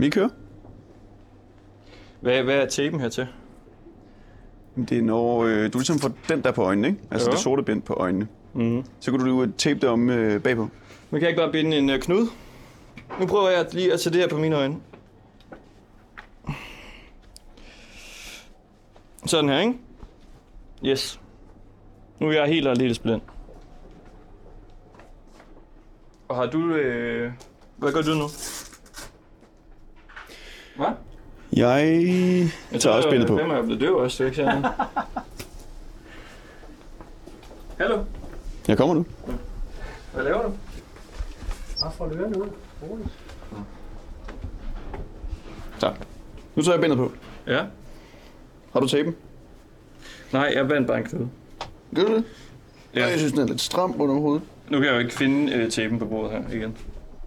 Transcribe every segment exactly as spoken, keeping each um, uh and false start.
Vi kører. Hvad, hvad er tapen her til? Det er når øh, du ligesom får den der på øjnene, ikke? Altså jo. det sorte bind på øjnene. Mm. Så kan du tape det om øh, bagpå. Men kan jeg ikke bare binde en øh, knude? Nu prøver jeg lige at tage det her på mine øjne. Sådan her, ikke? Yes. Nu er jeg helt aldeles blind. Og har du... Øh... Hvad gør du nu? Hvad? Jeg, jeg tager også billedet på. Hvem er jeg blevet døv også, du ikke siger? Hallo? Jeg kommer nu. Hvad laver du? Bare for at ørerne ud. Roligt. Så. Nu tager jeg bindet på. Ja? Har du tapen? Nej, jeg bandt bare en knude. Gør du det? Ja. Jeg synes, den er lidt stram under hovedet. Nu kan jeg jo ikke finde øh, tapen på bordet her igen.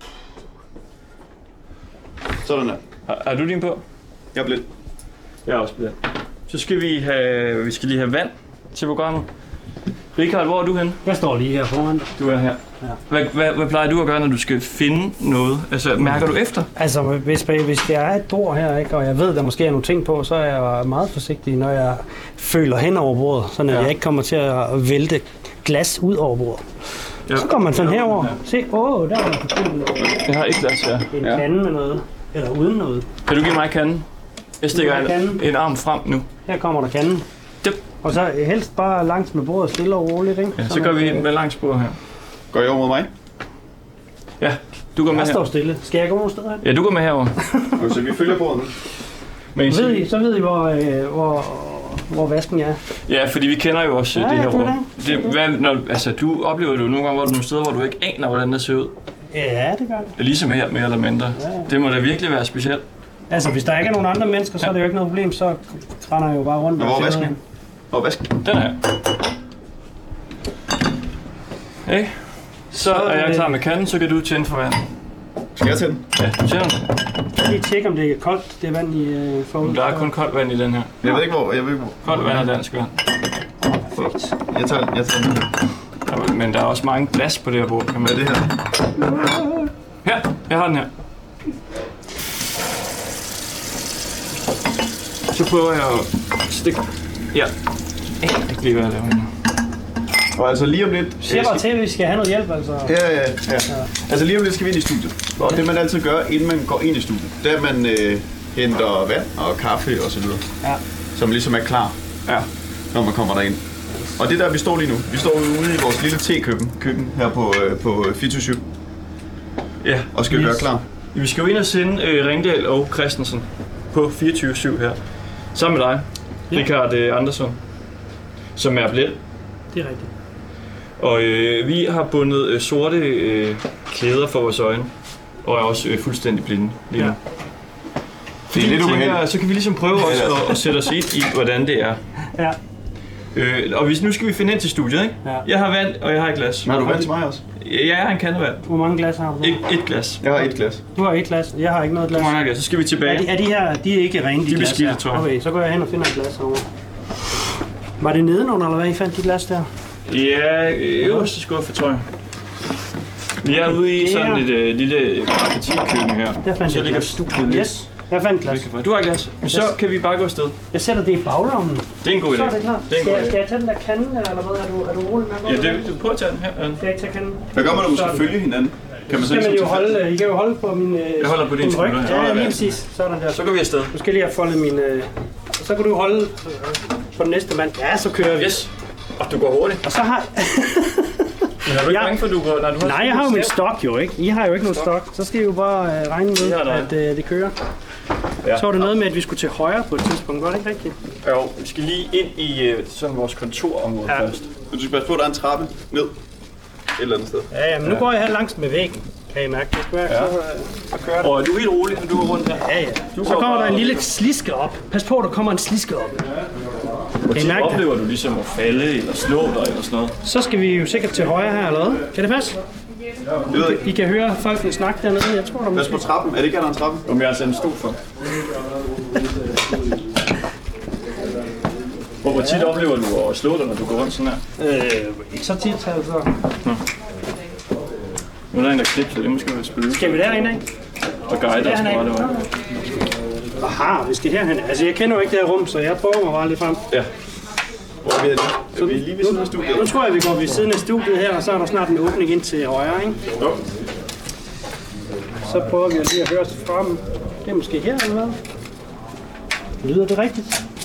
Sådan der. Har, har du din på? Jeg er blind. Jeg er også blind. Så skal vi have, vi skal lige have vand til programmet. Richard, hvor er du henne? Jeg står lige her foran. Du er her. Ja. Hvad, hvad, hvad plejer du at gøre, når du skal finde noget? Altså, mærker du efter? Altså, hvis, hvis der er et bord her, ikke, og jeg ved, der måske er nogle ting på, så er jeg meget forsigtig, når jeg føler hen over bordet, så at ja. jeg ikke kommer til at vælte glas ud over bordet. Ja. Så kommer man sådan herover. Se, åh, oh, der er der Jeg har ikke glas her. En ja. kande med noget, eller uden noget. Kan du give mig kanden? Jeg stikker en, en arm frem nu. Her kommer der kanden. Yep. Og så helst bare langs med bordet, stille og roligt, ikke? Ja, så går vi med langs bord her. Går jeg over mod mig? Ja, du går med her. Jeg står stille. Skal jeg gå nogle steder hen? Ja, du går med herover. Okay, så vi følger bordet nu. Men ved I, så ved I, hvor, øh, hvor, hvor vasken er. Ja, fordi vi kender jo også ja, det her det rum. Det, hvad, når, altså, du oplever du nogle gange, hvor du er nogle steder, hvor du ikke aner, hvordan det ser ud. Ja, det gør det. Ligesom her, mere eller mindre. Ja, ja. Det må da virkelig være specielt. Altså, hvis der ikke er nogen andre mennesker, så er det jo ikke noget problem, så render jeg jo bare rundt. Og hvor er vasken? Hvor er vasken? Den her. Hey. Så er jeg klar med kanden, så kan du tænde for vand. Skal jeg tænde? Ja, du tænder den. Jeg vil lige tjekke, om det er koldt, det vand i øh, formen. Der er kun koldt vand i den her. Jeg ved ikke hvor, jeg ved ikke hvor. Koldt vand er dansk vand. Perfekt. Jeg tager, jeg tager den. Ja, men der er også mange glas på det her bord, kan man. Hvad er det her? Her, jeg har den her. Så prøver jeg at stikke... Ja. Jeg kan ikke lige, hvad jeg laver nu. Og altså lige om lidt... Siger bare til, at vi skal have noget hjælp, altså. Ja, ja, ja. Altså lige om lidt skal vi ind i studiet. Og det man altid gør, inden man går ind i studiet, det er, at man øh, henter vand og kaffe og så videre. Ja. Som ligesom er klar, ja. når man kommer derind. Og det er der, vi står lige nu. Vi står ude i vores lille tekøkken køkken her på, øh, på fireogtyve syv. Ja. Og skal yes. gøre klar. Vi skal jo ind og sende øh, Ringdal og Christensen på fireogtyve syv her. Sammen med dig, ja. Richard øh, Andersson, som er blind. Det er rigtigt. Og øh, vi har bundet øh, sorte øh, klæder for vores øjne, og er også øh, fuldstændig blinde lige nu. Ja. Fordi det er lidt tænker, så kan vi ligesom prøve også at, at sætte os ind i, hvordan det er. Ja. Øh, og hvis, nu skal vi finde ind til studiet, ikke? Ja. Jeg har vand, og jeg har et glas. Men har du vand til mig også? Ja, jeg har en kande vand. Hvor mange glas har du? Et, et glas. Jeg har et glas. Du har et glas, jeg har ikke noget glas. Hvor mange glas? Så skal vi tilbage. Er de, er de her, de er ikke rene, de, de glas beskidte, tror jeg. Okay, så går jeg hen og finder et glas herovre. Var det nedenunder, eller hvad I fandt de glas der? Ja, øverste skuffe, tror jeg. Vi er ude i sådan et uh, lille marketingkøkken her. Der fandt så jeg ligger glas. studiet Yes, jeg fandt glas. Du har glas. Men så kan vi bare gå afsted. Jeg sætter det i baglommen. Det er en god idé. Så er det klart. Det er en skal, god idé. skal jeg tage den der kande, eller hvad? Er du, er du rolig med at Ja, det, du prøver at tage den her. Skal jeg ikke tage kanden? Hvad gør man, når man skal følge hinanden? Kan man så ligesom jo holde, I kan jo holde på min, jeg holder på din ryg. skulder. Ja, lige præcis. Sådan der. Så går vi afsted. Nu skal jeg lige have foldet min... Øh, og så kan du holde på den næste mand. Ja, så kører vi. Yes. Og du går hurtigt. Og så har... Men har du ikke bange for, at du går... Nej, du har Nej, jeg har jo min stok jo, ikke? I har jo ikke nogen stok. Så skal I jo bare øh, regne med, at øh, det kører. Ja. Så var det noget med, at vi skulle til højre på et tidspunkt. Var det ikke rigtigt? Jo, vi skal lige ind i øh, sådan vores kontorområde ja. først. Du skal passe på, at der er en trappe ned. Et eller andet sted. Ja, ja, men nu ja. går jeg her langs med væggen. Kan I mærke det? Skal jeg, ja. så, så kører det. Og er du helt rolig, når du går rundt her? Ja, ja. Du så kommer der en lille sliske op. Pas på, der kommer en sliske op. Hvor tit oplever du ligesom at falde eller slå dig eller sådan noget? Så skal vi jo sikkert til højre her, eller hvad? Kan det passe? I, I kan høre folk snakke dernede. Jeg tror, der måske... Pas på trappen. Er det ikke, der er en trappe? Om jeg har sendt en stol for. Hvor, hvor tit oplever du at slå dig, når du går rundt sådan her? Øh, ikke så tit, altså. Nå. Nu er der en, der klipper, så det måske være spille. Skal vi derind, ikke? Og guide os på, hvad det var. Aha, vi skal herhen. Altså, jeg kender jo ikke det her rum, så jeg prøver mig bare lidt frem. Ja. Hvor er vi henne? Så vi er lige ved siden af studiet. Nu tror jeg, vi går ved siden af studiet her, og så er der snart en åbning ind til højre, ikke? Jo. Så prøver vi lige at høre os frem. Det er måske her, eller hvad? Lyder det rigtigt?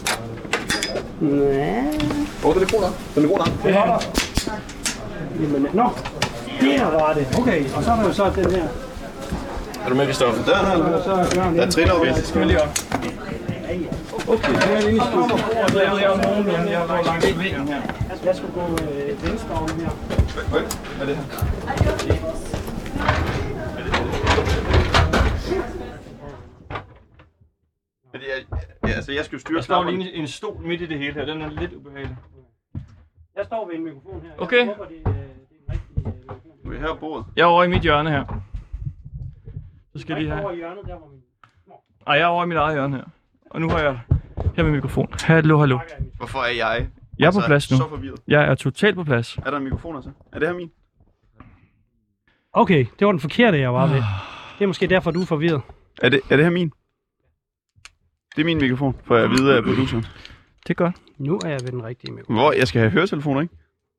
Nej. Hvor er det god nok? Den er god nok. Det holder. Jamen, nå. Der var det. Okay, og så er der jo så den her. Er du med, Kristoffer? Der er der. Så er Jørgen Der er trin over. Skal vi lige op? Okay, det er inde i studiet. Jeg ved også nogen, men jeg går langs væggen her. Jeg skulle gå øh, venstre om her. Hvad er det her? Fordi jeg, ja, altså jeg skal jo styre Der står knapperne. lige en stol midt i det hele her. Den er lidt ubehagelig. Jeg står ved en mikrofon her. Okay. Jeg håber, det, øh, det er en rigtig øh, mikrofon. Nu er vi her på bordet. Jeg er over i mit hjørne her. Så skal Jeg jeg lige er have... over i hjørnet, der hvor min... Ej, jeg er over i mit eget hjørne her. Og nu har jeg her med mikrofon. Hallo, hallo. Hvorfor er jeg? Jeg er på plads nu. Så forvirret. Jeg er totalt på plads. Er der en mikrofon altså? Er det her min? Okay, det var den forkerte, jeg var ved. Det er måske derfor, du er forvirret. Er det, er det her min? Det er min mikrofon, for jeg ved af produceren. Det er godt. Nu er jeg ved den rigtige mikrofon. Hvor? Jeg skal have høretelefoner, ikke?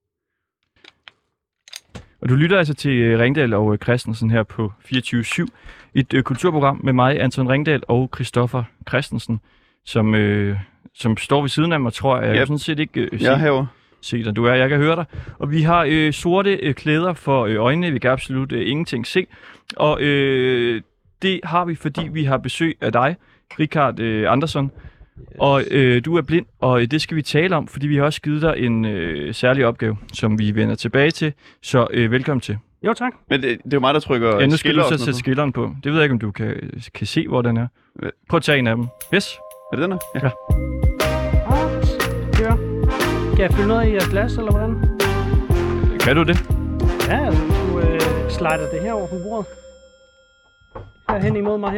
Og du lytter altså til øh, Ringdal og øh, Christensen her på fireogtyve syv. Et øh, kulturprogram med mig, Anton Ringdal og Christoffer Christensen, som, øh, som står ved siden af mig, tror jeg. Jeg Yep. kan sådan set ikke øh, Jeg er se, herovre. se dig. Du er, jeg kan høre dig. Og vi har øh, sorte øh, klæder for øh, øjnene. Vi kan absolut øh, ingenting se. Og øh, det har vi, fordi vi har besøg af dig, Richard øh, Andersson. Og øh, du er blind, og øh, det skal vi tale om, fordi vi har også givet dig en øh, særlig opgave, som vi vender tilbage til. Så øh, velkommen til. Jo, tak. Men det, det er jo mig, der trykker Ja, nu skal skiller du og så sådan sætte noget skilleren på. Det ved jeg ikke, om du kan, kan se, hvor den er. Ja. Prøv at tage en af dem. Yes. på. Er det den her? Ja. Ja. Kør. Kan jeg fylde noget i jeres glas, eller hvordan? Kan du det? Ja, altså, du øh, slider det her over på bordet. Her hen imod mig her.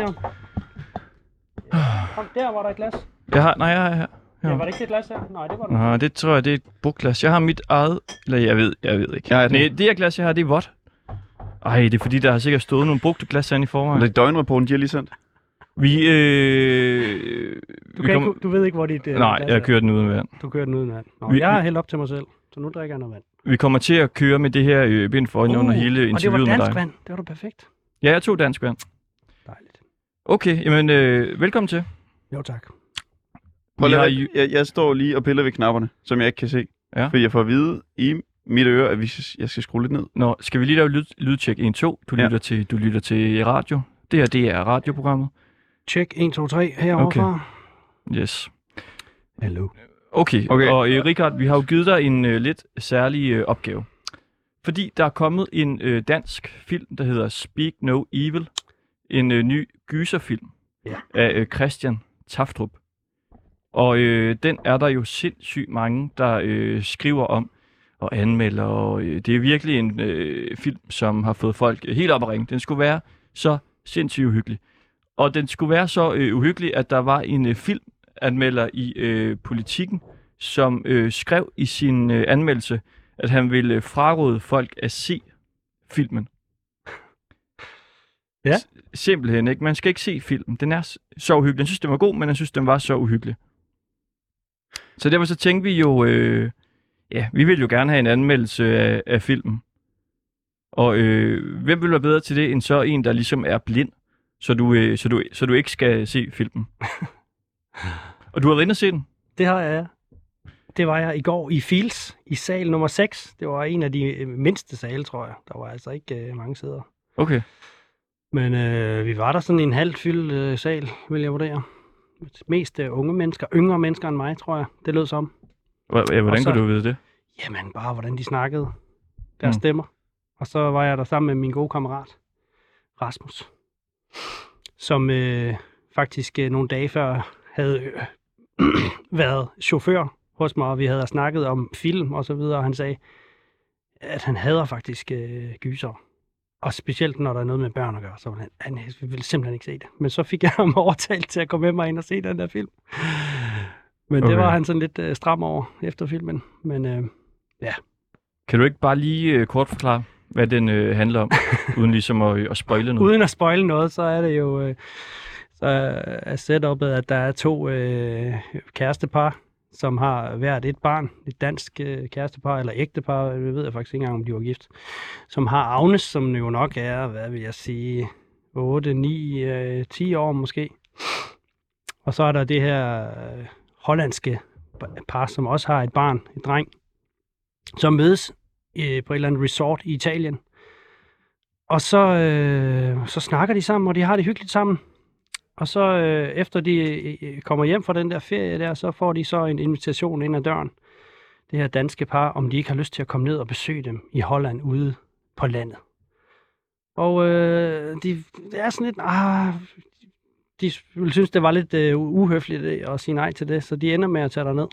Kom, der var der et glas. Jeg har, nej, jeg har her. Ja, Ja. var det ikke det glas her? Nej, det var det. Nå, det tror jeg, det er et brugtglas. Jeg har mit eget... Eller jeg ved, jeg ved ikke. Jeg har det. Nej, det her glas, jeg har, det er vådt. Ej, det er fordi, der har sikkert stået nogle brugte glas herinde i forvejen. Det er døgnrapporten, de har lige sendt. Vi, øh... Du, vi kan kom... ikke, du ved ikke, hvor dit øh, Nej, glas jeg er. kører den uden vand. Du kører den uden vand. Nå, Vi- jeg har hældt op til mig selv, så nu drikker jeg noget vand. Vi kommer til at køre med det her øh, bind for øjnene under hele interviewet og det var med dansk dig. vand. Det var da perfekt. Ja, jeg tog dansk vand. Dejligt. Okay, jamen øh, velkommen til. Jo, tak. Prøv Vi lige, har at- jo- jeg, jeg står lige og piller ved knapperne, som jeg ikke kan se. Ja. Fordi jeg får at vide i mit øre, at vi, jeg skal skrue lidt ned. Nå, skal vi lige lave lyd, lydtjek en to? Du Ja. lytter til du lytter til radio. Det her, det er radioprogrammet. Check en, to, tre herovre Okay. fra. Yes. Hallo. Okay, Okay. okay. og øh, Richard, vi har jo givet dig en øh, lidt særlig øh, opgave. Fordi der er kommet en øh, dansk film, der hedder Speak No Evil. En øh, ny gyserfilm Ja. af øh, Christian Taftrup. Og øh, den er der jo sindssygt mange, der øh, skriver om og anmelder. Og, øh, det er virkelig en øh, film, som har fået folk øh, helt op at ringe. Den skulle være så sindssygt uhyggelig. Og den skulle være så øh, uhyggelig, at der var en øh, filmanmelder i øh, Politikken, som øh, skrev i sin øh, anmeldelse, at han ville øh, fraråde folk at se filmen. Ja. S- simpelthen ikke. Man skal ikke se filmen. Den er s- så uhyggelig. Jeg synes, den var god, men jeg synes, den var så uhyggelig. Så derfor så tænkte vi jo, øh, ja, vi vil jo gerne have en anmeldelse af, af filmen. Og øh, hvem vil være bedre til det, end så en, der ligesom er blind, så du, øh, så du, så du ikke skal se filmen? Og du har været inde og se den? Det har jeg, ja. Det var jeg i går i Fields, i sal nummer seks. Det var en af de øh, mindste sale, tror jeg. Der var altså ikke øh, mange sæder. Okay. Men øh, vi var der sådan i en halvt fyldt øh, sal, vil jeg vurdere. Mest øh, unge mennesker, yngre mennesker end mig, tror jeg. Det lød som. H- ja, hvordan Og så- kunne du vide det? Jamen, bare hvordan de snakkede. Deres Mm. mm. stemmer. Og så var jeg der sammen med min gode kammerat, Rasmus. Som øh, faktisk øh, nogle dage før havde øh, været chauffør hos mig, og vi havde snakket om film og så videre, og han sagde, at han hader faktisk øh, gyser. Og specielt når der er noget med børn at gøre, så vil han, han ville simpelthen ikke se det. Men så fik jeg ham overtalt til at komme med mig ind og se den der film. Men okay. Det Okay. var han sådan lidt øh, stram over efter filmen. Men øh, Kan du ikke bare lige øh, kort forklare, hvad den øh, handler om, uden ligesom at, øh, at spoile noget? uden at spoile noget, så er det jo... Øh, så er setup'et, at der er to øh, kærestepar, som har hvert et barn, et dansk øh, kærestepar, eller ægtepar, jeg ved jeg faktisk ikke engang, om de var gift, som har Agnes, som jo nok er, hvad vil jeg sige, otte, ni, ti år måske. Og så er der det her øh, hollandske par, som også har et barn, en dreng, som mødes øh, på et eller andet resort i Italien. Og så, øh, så snakker de sammen, og de har det hyggeligt sammen. Og så øh, efter de øh, kommer hjem fra den der ferie der, så får de så en invitation ind ad døren. Det her danske par, om de ikke har lyst til at komme ned og besøge dem i Holland ude på landet. Og øh, de det er sådan lidt, ah, de ville synes, det var lidt øh, uhøfligt at sige nej til det, så de ender med at tage derned.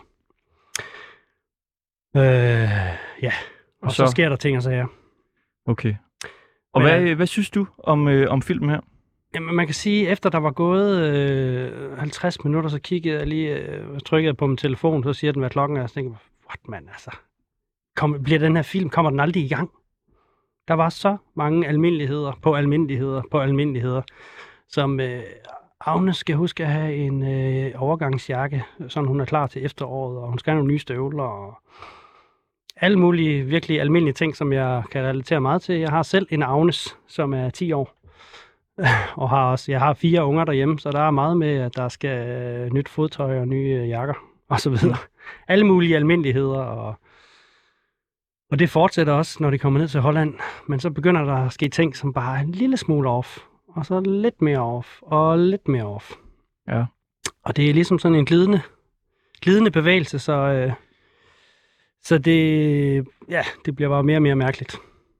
Øh, ja, og, og så, så sker der ting og sager. Okay. Og Men, hvad, hvad synes du om, øh, om filmen her? Jamen, man kan sige, efter der var gået øh, halvtreds minutter, så kiggede jeg lige, øh, trykkede på min telefon, så siger den, hvad klokken er, og så tænkte jeg, what man, altså, kom, bliver den her film, kommer den aldrig i gang? Der var så mange almindeligheder på almindeligheder på almindeligheder, som øh, Agnes skal huske at have en øh, overgangsjakke, sådan hun er klar til efteråret, og hun skal have nogle nye støvler, og alle mulige virkelig almindelige ting, som jeg kan relatere meget til. Jeg har selv en Agnes, som er ti år, og har også, jeg har fire unger derhjemme, så der er meget med, at der skal øh, nyt fodtøj og nye øh, jakker, og så videre. Alle mulige almindeligheder, og, og det fortsætter også, når de kommer ned til Holland, men så begynder der at ske ting, som bare er en lille smule off, og så lidt mere off, og lidt mere off. Ja. Og det er ligesom sådan en glidende, glidende bevægelse, så, øh, så det, ja, det bliver bare mere og mere mærkeligt.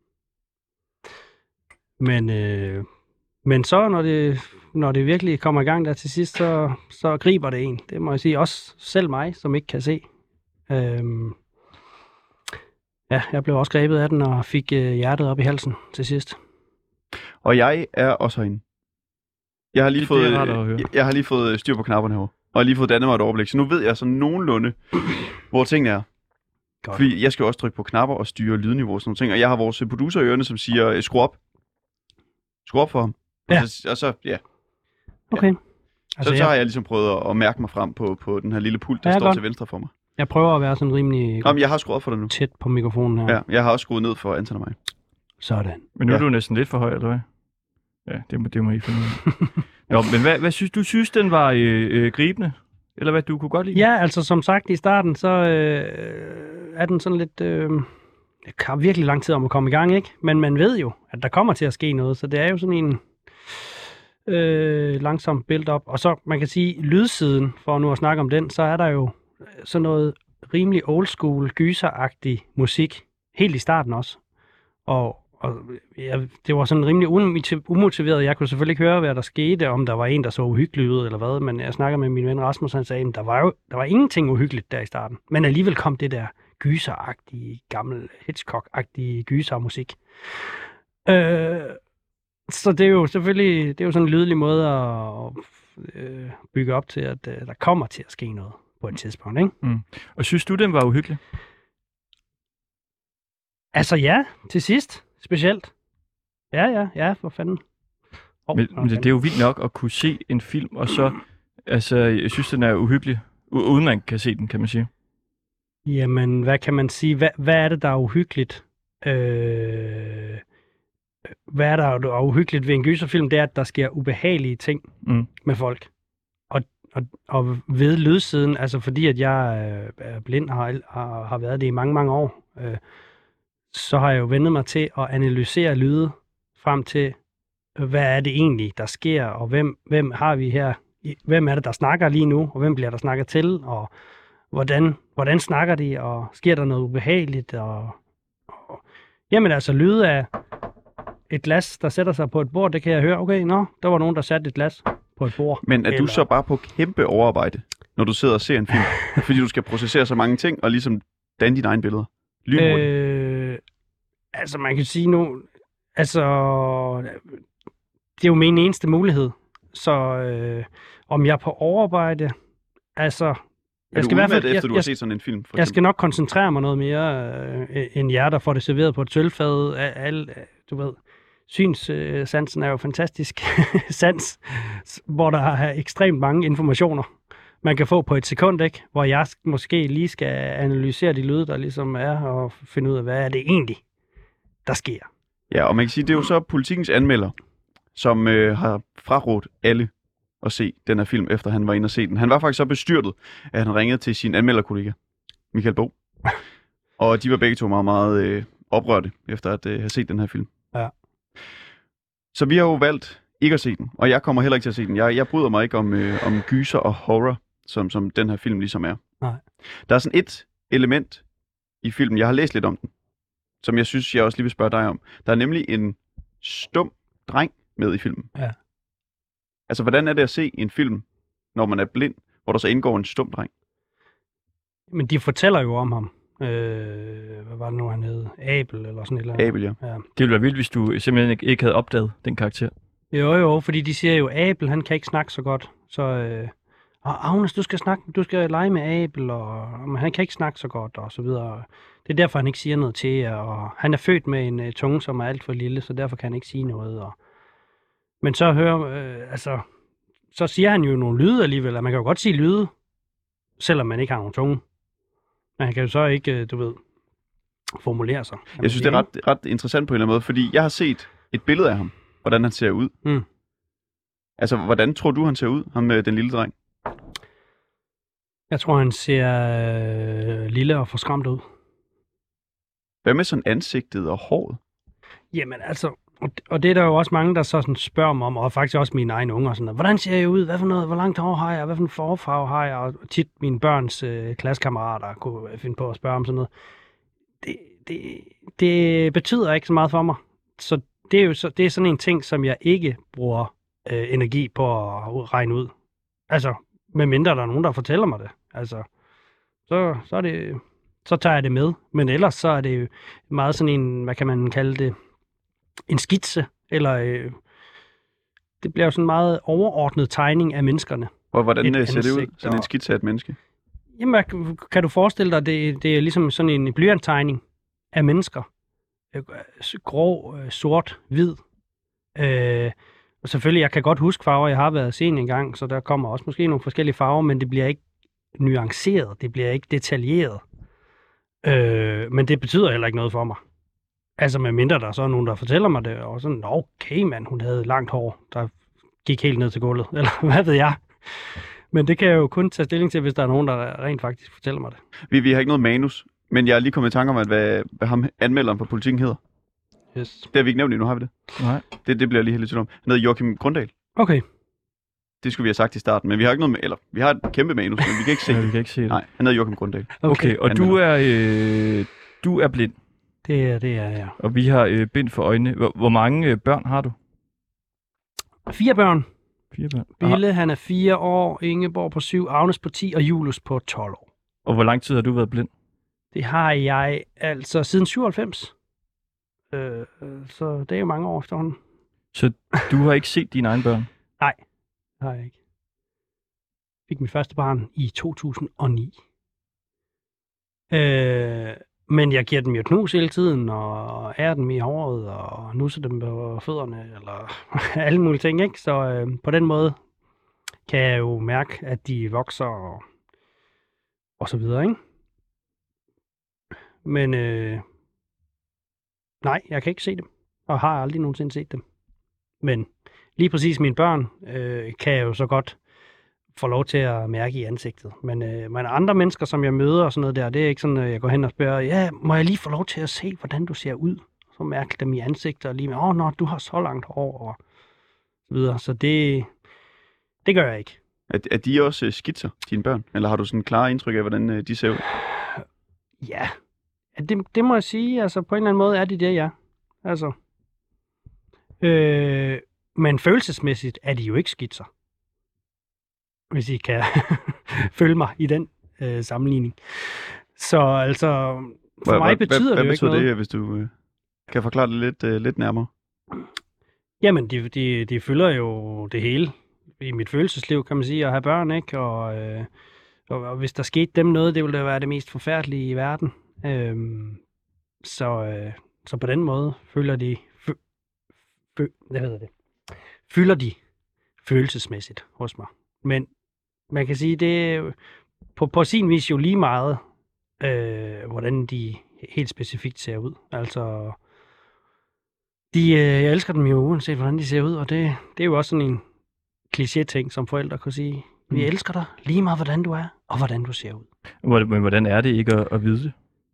Men, øh, men så, når det, når det virkelig kommer i gang der til sidst, så, så griber det en. Det må jeg sige. Også selv mig, som ikke kan se. Øhm, ja, jeg blev også grebet af den og fik øh, hjertet op i halsen til sidst. Og jeg er også herinde. Jeg har lige, det, fået, det er jeg, jeg har lige fået styr på knapperne herovre. Og jeg har lige fået dannet mig et overblik. Så nu ved jeg sådan nogenlunde, hvor tingene er. Godt. Fordi jeg skal også trykke på knapper og styre lydniveau og sådan nogle ting. Og jeg har vores producer i ørene, som siger, skru op. Skru op for ham. Ja. Og så, og så ja. Okay. Ja. Altså, så, så jeg... har jeg ligesom prøvet at, at mærke mig frem på, på den her lille pult, der ja, står godt. til venstre for mig. Jeg prøver at være sådan rimelig Jamen, jeg har skruet op for dig nu. Tæt på mikrofonen her. Ja, jeg har også skruet ned for Anton og mig. Sådan. Men nu ja. er du næsten lidt for høj, eller hvad? Ja, det må, det må I finde ud af. Nå, men hvad, hvad synes du? Synes den var øh, øh, gribende? Eller hvad, du kunne godt lide? Ja, altså som sagt i starten, så øh, er den sådan lidt... Øh, det har virkelig lang tid om at komme i gang, ikke? Men man ved jo, at der kommer til at ske noget, så det er jo sådan en øh, langsom build-up. Og så, man kan sige, lydsiden, for nu at snakke om den, så er der jo sådan noget rimelig old school, gyseragtig musik, helt i starten også. Og, og ja, det var sådan rimelig umotiveret. Jeg kunne selvfølgelig ikke høre, hvad der skete, om der var en, der så uhyggelig ud, eller hvad. Men jeg snakker med min ven Rasmus, han sagde, at der var jo der var ingenting uhyggeligt der i starten. Men alligevel kom det der gyseragtige, gammel Hitchcock-agtige gysermusik. Øh, så det er jo selvfølgelig det er jo sådan en lydelig måde at øh, bygge op til, at øh, der kommer til at ske noget på et tidspunkt, ikke? Mm. Og synes du, den var uhyggelig? Altså ja, til sidst. Specielt. Ja, ja, ja, for fanden. Oh, men, men det, det er jo vildt nok at kunne se en film, og så, altså, jeg synes, den er uhyggelig, uden man kan se den, kan man sige. Jamen, hvad kan man sige? Hvad, hvad er det, der er uhyggeligt? Øh, hvad er der, der er uhyggeligt ved en gyserfilm? Det er, at der sker ubehagelige ting mm. med folk. Og, og, og ved lydsiden, altså fordi at jeg er blind og har, har, har været det i mange, mange år, øh, så har jeg jo vendt mig til at analysere lyde frem til, hvad er det egentlig, der sker, og hvem, hvem har vi her? Hvem er det, der snakker lige nu, og hvem bliver der snakket til, og hvordan, hvordan snakker de, og sker der noget ubehageligt? Og, og, jamen altså, lyde af et glas, der sætter sig på et bord, det kan jeg høre. Okay, nå, der var nogen, der satte et glas på et bord. Men er eller... du så bare på kæmpe overarbejde, når du sidder og ser en film? Fordi du skal processere så mange ting, og ligesom danne dine egne billeder? Øh, altså, man kan sige nu, altså, det er jo min eneste mulighed. Så øh, om jeg er på overarbejde, altså... Er du udvalgt efter, du har set sådan en film? For jeg skal nok koncentrere mig noget mere øh, end jer, der får det serveret på et sølvfad. Al, du ved, synssansen er jo fantastisk sans, hvor der er ekstremt mange informationer, man kan få på et sekund, ikke? Hvor jeg måske lige skal analysere de lyde, der ligesom er, og finde ud af, hvad er det egentlig, der sker. Ja, og man kan sige, det er jo så Politikens anmelder, som øh, har frarådt alle at se den her film, efter han var inde og se den. Han var faktisk så bestyrtet, at han ringede til sin anmelderkollega, Michael Bo. Og de var begge to meget, meget øh, oprørte, efter at øh, have set den her film. Ja. Så vi har jo valgt ikke at se den, og jeg kommer heller ikke til at se den. Jeg, jeg bryder mig ikke om, øh, om gyser og horror, som, som den her film ligesom er. Nej. Der er sådan et element i filmen, jeg har læst lidt om den, som jeg synes, jeg også lige vil spørge dig om. Der er nemlig en stum dreng med i filmen. Ja. Altså, hvordan er det at se en film, når man er blind, hvor der så indgår en stum dreng? Men de fortæller jo om ham. Øh, hvad var det nu, han hed? Abel eller sådan et eller andet. Abel, ja. ja. Det ville være vildt, hvis du simpelthen ikke, ikke havde opdaget den karakter. Jo, jo, fordi de siger jo, Abel, han kan ikke snakke så godt. Så, øh, og Agnes, du skal snakke, du skal lege med Abel, og, og han kan ikke snakke så godt, og så videre. Det er derfor, han ikke siger noget til jer, og han er født med en uh, tunge, som er alt for lille, så derfor kan han ikke sige noget. Og... Men så hører, øh, altså, så siger han jo nogle lyde alligevel, at man kan jo godt sige lyde, selvom man ikke har nogen tunge. Men han kan jo så ikke, du ved, formulere sig. Jeg synes, det er ret, ret interessant på en eller anden måde, fordi jeg har set et billede af ham, hvordan han ser ud. Mm. Altså, hvordan tror du, han ser ud, ham med den lille dreng? Jeg tror, han ser øh, lille og forskræmt ud. Hvad med sådan ansigtet og håret? Jamen altså, og det er der jo også mange, der så sådan spørger mig om, og faktisk også mine egne unger, sådan, hvordan ser jeg ud? Hvad for noget? Hvor langt hår har jeg? Hvad for en forfarve har jeg? Og tit mine børns øh, klassekammerater kunne finde på at spørge om sådan noget. Det, det, det betyder ikke så meget for mig. Så det er jo så, det er sådan en ting, som jeg ikke bruger øh, energi på at regne ud. Altså, medmindre der er nogen, der fortæller mig det. Altså, så, så er det... så tager jeg det med. Men ellers så er det jo meget sådan en, hvad kan man kalde det, en skitse, eller øh, det bliver jo sådan en meget overordnet tegning af menneskerne. Og hvordan et ser det ud, sådan en skitse af et menneske? Jamen, kan du forestille dig, det, det er ligesom sådan en blyanttegning af mennesker. Grå, sort, hvid. Øh, og selvfølgelig, jeg kan godt huske farver, jeg har været sen en gang, så der kommer også måske nogle forskellige farver, men det bliver ikke nuanceret, det bliver ikke detaljeret. Øh, men det betyder heller ikke noget for mig. Altså med mindre der er så nogen, der fortæller mig det, og sådan, okay mand, hun havde langt hår, der gik helt ned til gulvet, eller hvad ved jeg. Men det kan jeg jo kun tage stilling til, hvis der er nogen, der rent faktisk fortæller mig det. Vi, vi har ikke noget manus, men jeg er lige kommet i tanke om, at hvad, hvad ham anmelderen på Politikken hedder. Yes. Det har vi ikke nævnt endnu, har vi det? Nej. Det, det bliver jeg lige helt lidt om. Han hedder Joachim Grundahl. Okay. Det skulle vi have sagt i starten, men vi har ikke noget med, eller vi har et kæmpe manus, men vi kan ikke se ja, det. vi kan ikke se det. Nej, han hedder Joachim Grundahl. Okay, okay og du er, øh, du er blind. Det er det, er ja. Og vi har øh, bind for øjnene. Hvor, hvor mange øh, børn har du? Fire børn. Fire børn. Bille, han er fire år, Ingeborg på syv, Agnes på ti og Julius på tolv år. Og hvor lang tid har du været blind? Det har jeg altså siden syvoghalvfems. Øh, så det er jo mange år efterhånden. Så du har ikke set dine egne børn? Nej, det har jeg ikke. Jeg fik mit første barn i to tusind og ni. Øh, men jeg giver dem jo knus hele tiden, og ærer dem i håret, og nusser dem på fødderne, eller alle mulige ting, ikke? Så øh, på den måde kan jeg jo mærke, at de vokser, og, og så videre, ikke? Men øh, nej, jeg kan ikke se dem, og har aldrig nogensinde set dem. Men lige præcis mine børn øh, kan jeg jo så godt få lov til at mærke i ansigtet. Men, øh, men andre mennesker, som jeg møder og sådan noget der, det er ikke sådan, at jeg går hen og spørger, ja, må jeg lige få lov til at se, hvordan du ser ud? Så mærke dem i ansigtet og lige med, åh, oh, nå, du har så langt hår og så videre. Så det, det gør jeg ikke. Er, er de også skitser, dine børn? Eller har du sådan en klar indtryk af, hvordan de ser ud? Ja, det, det må jeg sige. Altså, på en eller anden måde er de det, ja. Altså, øh, men følelsesmæssigt er de jo ikke skitser. Hvis I kan følge mig i den øh, sammenligning. Så altså, for hvad, mig betyder hvad, det jo hvad ikke noget. Hvad betyder det, hvis du øh, kan forklare det lidt, øh, lidt nærmere? Jamen, de, de, de følger jo det hele i mit følelsesliv, kan man sige, at have børn, ikke? Og, øh, og, og hvis der skete dem noget, det ville da være det mest forfærdelige i verden. Øhm, så, øh, så på den måde føler de, fø- hvad hedder det, fylder de følelsesmæssigt hos mig. Men man kan sige, det er på, på sin vis jo lige meget, øh, hvordan de helt specifikt ser ud. Altså, de, øh, jeg elsker dem jo uanset, hvordan de ser ud, og det, det er jo også sådan en kliché-ting, som forældre kunne sige. Vi mm. elsker dig lige meget, hvordan du er, og hvordan du ser ud. Men hvordan er det ikke at, at vide det?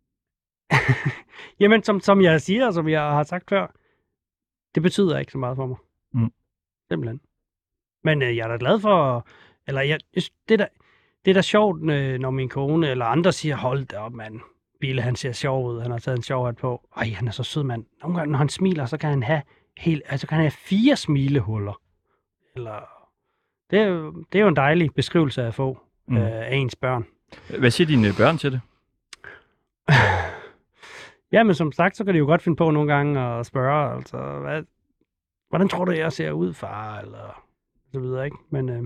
Jamen, som, som jeg siger, og som jeg har sagt før, det betyder ikke så meget for mig. Mm. Simpelthen. Men øh, jeg er da glad for, eller jeg, det, der, det er da sjovt, når min kone eller andre siger, hold da op, mand. Bille, han ser sjov ud, han har taget en sjov hat på. Ej, han er så sød, mand. Nogle gange, når han smiler, så kan han have, helt, altså, kan han have fire smilehuller. Eller, det, er jo, det er jo en dejlig beskrivelse at få mm. øh, af ens børn. Hvad siger dine børn til det? Ja, men som sagt, så kan de jo godt finde på nogle gange at spørge, altså, hvad, hvordan tror du, jeg ser ud, far? Eller så videre, ikke? Men, øh,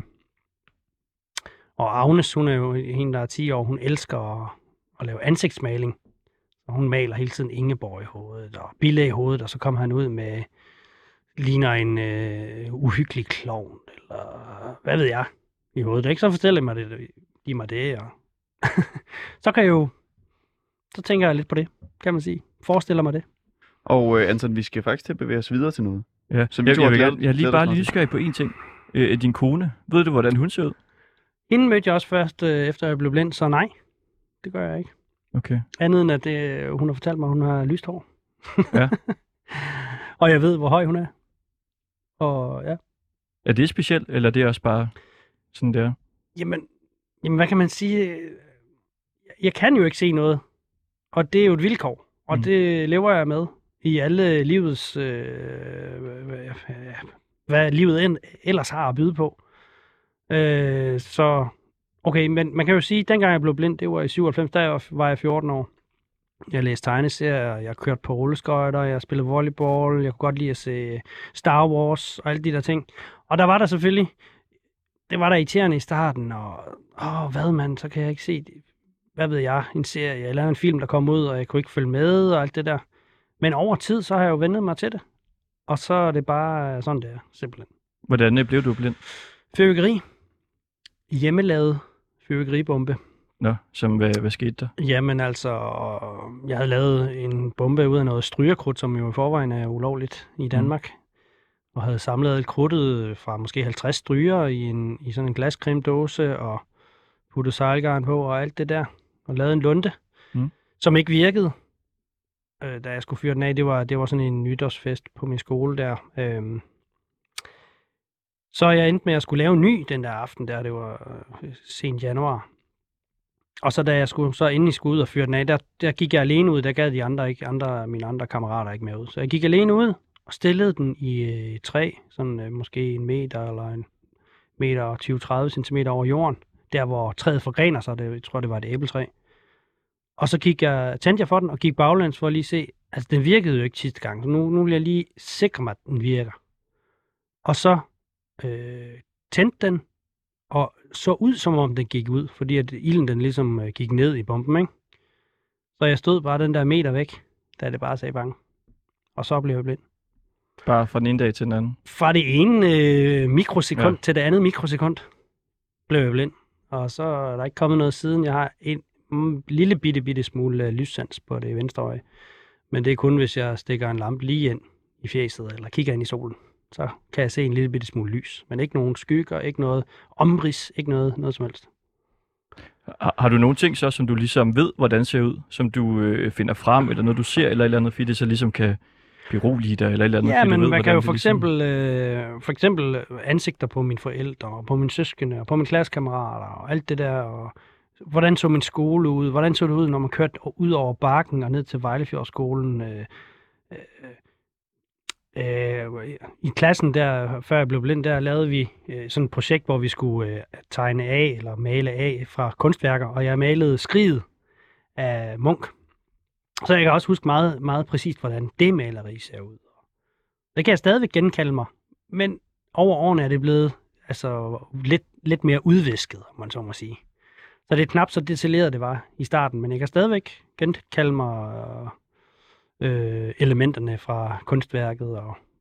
og Agnes, hun er jo hende, der er ti år, hun elsker at, at lave ansigtsmaling. Og hun maler hele tiden Ingeborg i hovedet, og Bille i hovedet, og så kommer han ud med, ligner en øh, uhyggelig klovn, eller hvad ved jeg, i hovedet. Ikke? Så fortæller mig det, giv mig det, og så kan jeg jo, så tænker jeg lidt på det, kan man sige. Forestiller mig det. Og øh, Anton, vi skal faktisk til at bevæge os videre til noget. Ja, som jeg, jeg, jeg, jeg, jeg er lige bare lige nysgerrig på én ting. Øh, din kone, ved du, hvordan hun ser ud? Hende mødte jeg også først, øh, efter jeg blev blind, så nej, det gør jeg ikke. Okay. Andet end, at det, hun har fortalt mig, at hun har lyst hår. Ja. Og jeg ved, hvor høj hun er. Og ja. Er det specielt, eller er det også bare sådan der? Jamen, jamen, hvad kan man sige? Jeg kan jo ikke se noget. Og det er jo et vilkår. Og mm. det lever jeg med i alle livets, øh, hvad livet ellers har at byde på. Øh, så, okay, men man kan jo sige, at dengang jeg blev blind, det var i syvoghalvfems, der var jeg fjorten år. Jeg læste tegneserier, jeg kørte på rulleskøjter, jeg spillede volleyball, jeg kunne godt lide at se Star Wars og alle de der ting. Og der var der selvfølgelig, det var der irriterende i starten, og åh, hvad man, så kan jeg ikke se det. Hvad ved jeg, en serie eller en film, der kom ud, og jeg kunne ikke følge med og alt det der. Men over tid, så har jeg jo vendet mig til det. Og så er det bare sådan, det er, simpelthen. Hvordan blev du blind? Fyrværkeri. Hjemmelavet fyrværkeribombe. Nå, som hvad, hvad skete der? Jamen altså, jeg havde lavet en bombe ud af noget strygerkrudt, som jo i forvejen er ulovligt i Danmark. Mm. Og havde samlet alt krudtet fra måske halvtreds stryger i, en, i sådan en glascremedåse, og puttet sejlgarn på og alt det der. Og lavet en lunte, mm. som ikke virkede, øh, da jeg skulle fyre den af. Det var, det var sådan en nytårsfest på min skole der. Øhm, Så jeg endte med at skulle lave en ny den der aften der, det var øh, sent januar. Og så da jeg skulle, så inden I skulle ud og fyre den af, der, der gik jeg alene ud, der gad de andre ikke, andre, mine andre kammerater ikke med ud. Så jeg gik alene ud og stillede den i øh, træ, sådan øh, måske en meter eller en meter og tyve til tredive centimeter over jorden. Der hvor træet forgrener sig, det, jeg tror det var et æbletræ. Og så gik jeg, tændte jeg for den og gik baglæns for at lige se, altså den virkede jo ikke sidste gang, så nu, nu vil jeg lige sikre mig, at den virker. Og så øh, tændte den, og så ud, som om den gik ud, fordi at ilden den ligesom øh, gik ned i bomben, ikke? Så jeg stod bare den der meter væk, da det bare sagde bang. Og så blev jeg blind. Bare fra den ene dag til den anden? Fra det ene øh, mikrosekund ja. til det andet mikrosekund blev jeg blind. Og så er der ikke kommet noget siden. Jeg har en mm, lille bitte, bitte smule øh, lyssans på det venstre øje. Men det er kun, hvis jeg stikker en lampe lige ind i fjeset, eller kigger ind i solen. Så kan jeg se en lille bitte smule lys. Men ikke nogen skygger, ikke noget omrids, ikke noget, noget som helst. Har, har du nogle ting så, som du ligesom ved, hvordan det ser ud? Som du øh, finder frem, eller noget du ser, eller et eller andet, fordi det så ligesom kan berolige dig, eller et eller andet? Ja, men ved, man kan jo for ligesom... eksempel, øh, for eksempel ansigter på mine forældre, og på mine søskende, og på mine klassekammerater, og alt det der, og hvordan så min skole ud? Hvordan så det ud, når man kørte ud over bakken og ned til Vejlefjordskolen? Øh, øh, øh, I klassen der, før jeg blev blind, der lavede vi øh, sådan et projekt, hvor vi skulle øh, tegne af eller male af fra kunstværker, og jeg malede Skriget af Munch. Så jeg kan også huske meget, meget præcist, hvordan det maleri ser ud. Det kan jeg stadigvæk genkalde mig, men over årene er det blevet altså, lidt, lidt mere udvisket, om man så må sige. Så det er knap så detaljeret, det var i starten, men jeg kan stadigvæk genkalde mig øh, elementerne fra kunstværket og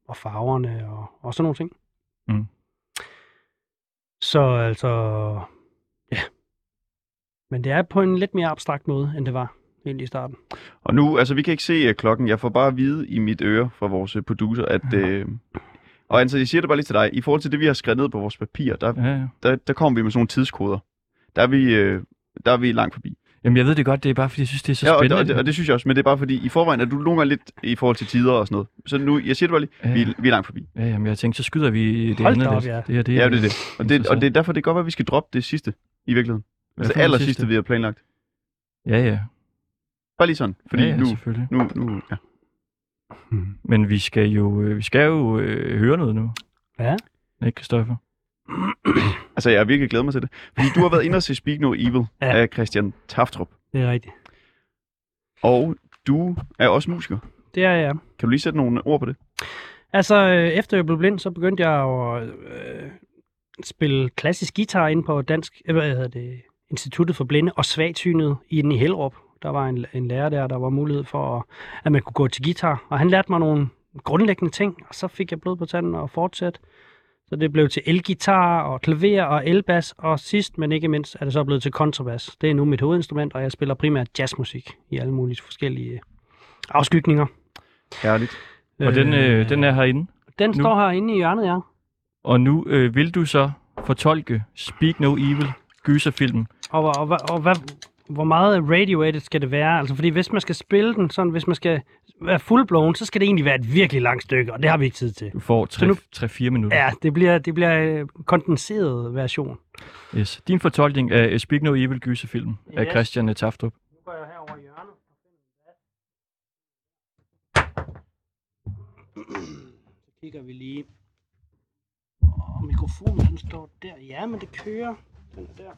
og farverne og, og sådan nogle ting. Mm. Så altså, ja. Men det er på en lidt mere abstrakt måde, end det var helt i starten. Og nu, altså vi kan ikke se uh, klokken. Jeg får bare at vide i mit øre fra vores uh, producer, at... Uh, og altså, jeg siger det bare lige til dig. I forhold til det, vi har skrevet ned på vores papir, der, ja, ja. der, der kommer vi med sådan nogle tidskoder. Der er vi, uh, der er vi langt forbi. Jamen, jeg ved det godt. Det er bare, fordi jeg synes, det er så ja, spændende. Og, og, det, og det synes jeg også. Men det er bare, fordi i forvejen er du nogle gange lidt i forhold til tider og sådan noget. Så nu, jeg siger det bare lige. Ja. Vi, vi er langt forbi. Ja, jamen, jeg tænkte, så skyder vi det andet lidt. Ja. Det, her, det ja, det er det. Og det, og det er derfor, det kan godt være, at vi skal droppe det sidste i virkeligheden. Altså det aller sidste, vi har planlagt. Ja, ja. Bare lige sådan. Fordi ja, ja, nu, selvfølgelig. Nu, nu, ja. Hmm. Men vi skal jo, vi skal jo øh, høre noget nu. Ja. Ikke, Christoffer? Altså, jeg har virkelig glædet mig til det. Fordi du har været inde og se Speak No Evil ja. af Christian Tafstrup. Det er rigtigt. Og du er også musiker. Det er jeg. Kan du lige sætte nogle ord på det? Altså, efter jeg blev blind, så begyndte jeg at øh, spille klassisk guitar inde på Dansk, øh, hvad hedder det, Instituttet for Blinde og Svagtsynede inde i Hellerup. Der var en, en lærer der, der var mulighed for, at man kunne gå til guitar. Og han lærte mig nogle grundlæggende ting, og så fik jeg blod på tanden og fortsat. Så det blev til elgitar og klaver og elbas, og sidst, men ikke mindst, er det så blevet til kontrabas. Det er nu mit hovedinstrument, og jeg spiller primært jazzmusik i alle mulige forskellige afskygninger. Herligt. Og den, øh, den er herinde? Den nu. Står herinde i hjørnet, ja. Og nu øh, vil du så fortolke Speak No Evil, gyserfilmen. Og, og, og, og hvad, hvor meget radio-edit skal det være? Altså, fordi hvis man skal spille den sådan, hvis man skal være full-blown, så skal det egentlig være et virkelig langt stykke, og det har vi ikke tid til. Du får tre fire minutter. Ja, det bliver, det bliver en kondenseret version. Yes. Din fortolkning af Speak No Evil, gyserfilmen yes. af Christian Tafstrup. Nu går jeg herover i hjørnet. Så kigger vi lige. Og mikrofonen, den står der. Ja, men det kører. Den er der.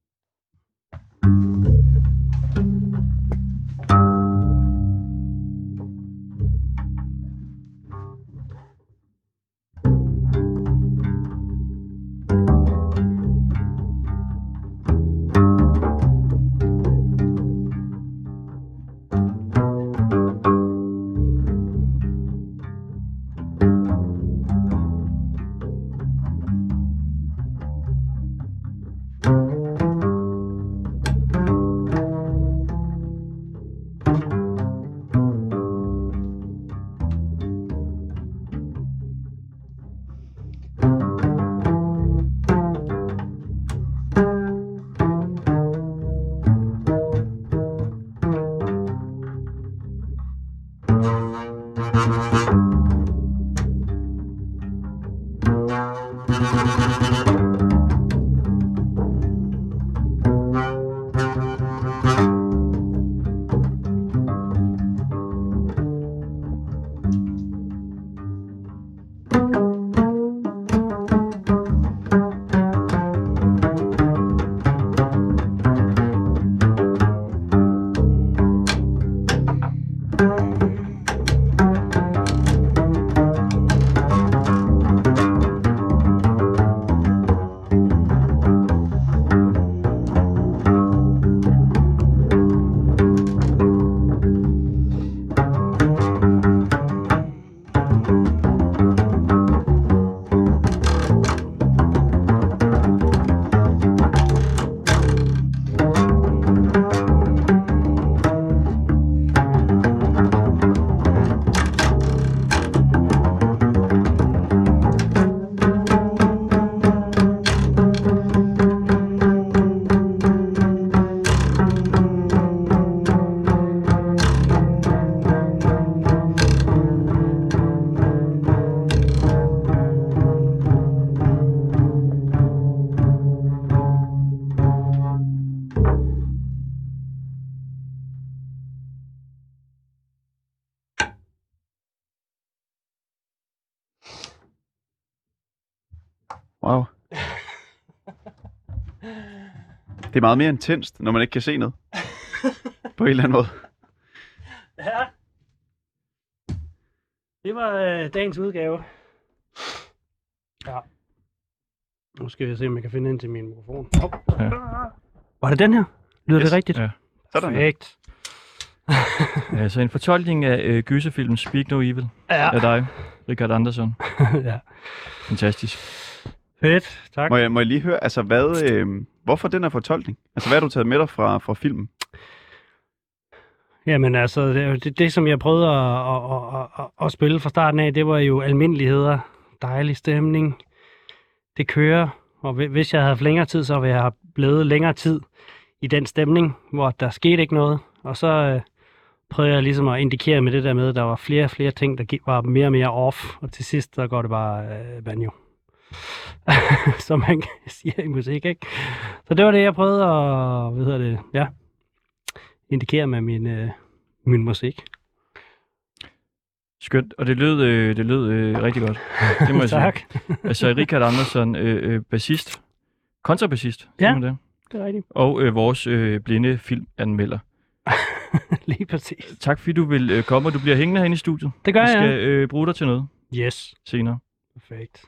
Wow. Det er meget mere intenst, når man ikke kan se noget. På en eller anden måde. Ja. Det var øh, dagens udgave. Ja. Nu skal jeg se, om jeg kan finde ind til min mikrofon. Oh. Ja. Var det den her? Lyder yes. det rigtigt? Ja. Sådan. Perfekt. Ja, så en fortolkning af øh, gyserfilmen Speak No Evil ja. af dig. Richard Anderson. Ja. Fantastisk. Fedt, tak. Må jeg, må jeg lige høre, altså hvad, øh, hvorfor den her fortolkning? Altså hvad har du taget med dig fra, fra filmen? Jamen altså, det, det, det som jeg prøvede at, at, at, at, at spille fra starten af, det var jo almindeligheder, dejlig stemning, det kører, og hvis jeg havde haft længere tid, så ville jeg have blevet længere tid i den stemning, hvor der skete ikke noget, og så øh, prøvede jeg ligesom at indikere med det der med, at der var flere og flere ting, der var mere og mere off, og til sidst, så går det bare øh, banjo. Som man siger i musik, ikke? Så det var det, jeg prøvede at, hvad hedder det, ja, indikere med min, øh, min musik. Skønt, og det lød, øh, det lød øh, rigtig godt. Det må jeg tak. sige. Altså Richard Anderson, øh, øh, bassist, kontrabassist, ja, det. det er rigtigt. Og øh, vores øh, blinde filmanmelder. Lige præcis. Tak fordi du vil øh, komme, og du bliver hængende herinde i studiet. Det gør jeg. Jeg skal øh, bruge dig til noget. Yes. Senere. Perfekt.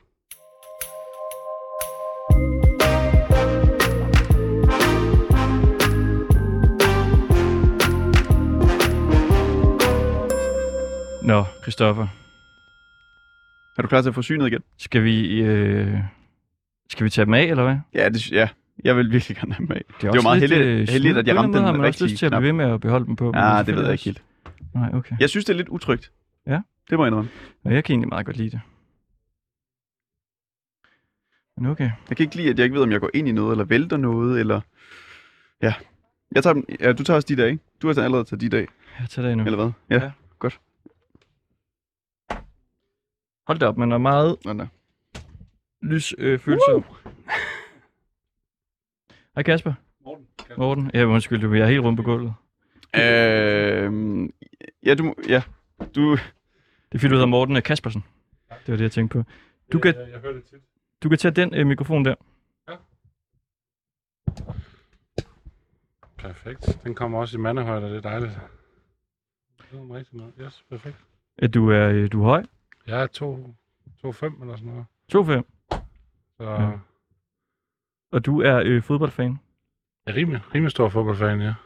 Nå, Christoffer. Er du klar til at få synet igen? Skal vi, øh, skal vi tage dem af, eller hvad? Ja, det, ja. Jeg vil virkelig gerne have dem af. Det, det var meget lidt, heldigt, heldigt, at jeg ramte den rigtige knap. rigtige lyst til at blive ved med at beholde dem på. Ja, det ved jeg ikke helt. Nej, okay. Jeg synes, det er lidt utrygt. Ja. Det må jeg indrømme. Ja, jeg kan egentlig meget godt lide det. Men okay. Jeg kan ikke lide, at jeg ikke ved, om jeg går ind i noget, eller vælter noget, eller... Ja. Jeg tager dem... Ja, du tager også de dag, ikke? Du har så allerede taget de dag. Jeg tager det nu. Eller hvad? Ja, ja. Godt. Hold da op, man er meget Nå, lys øh, følelse. Uh! Hej Kasper. Morten. Kasper. Morten. Ja, undskyld, du er helt rundt på gulvet. Øh... Ja, du... Ja. Du... Det er fordi, du hedder Morten Kaspersen. Det var det, jeg tænkte på. Du kan, jeg, jeg hører det tit. Du kan tage den øh, mikrofon der. Ja. Perfekt. Den kommer også i mandehøjde, det er dejligt. Det er rigtig noget. Yes, perfekt. Ja, du er, øh, du er høj? Jeg er to komma fem eller sådan noget. to komma fem? Så... Ja. Og du er øh, fodboldfan? Jeg er rimelig, rimelig stor fodboldfan, ja.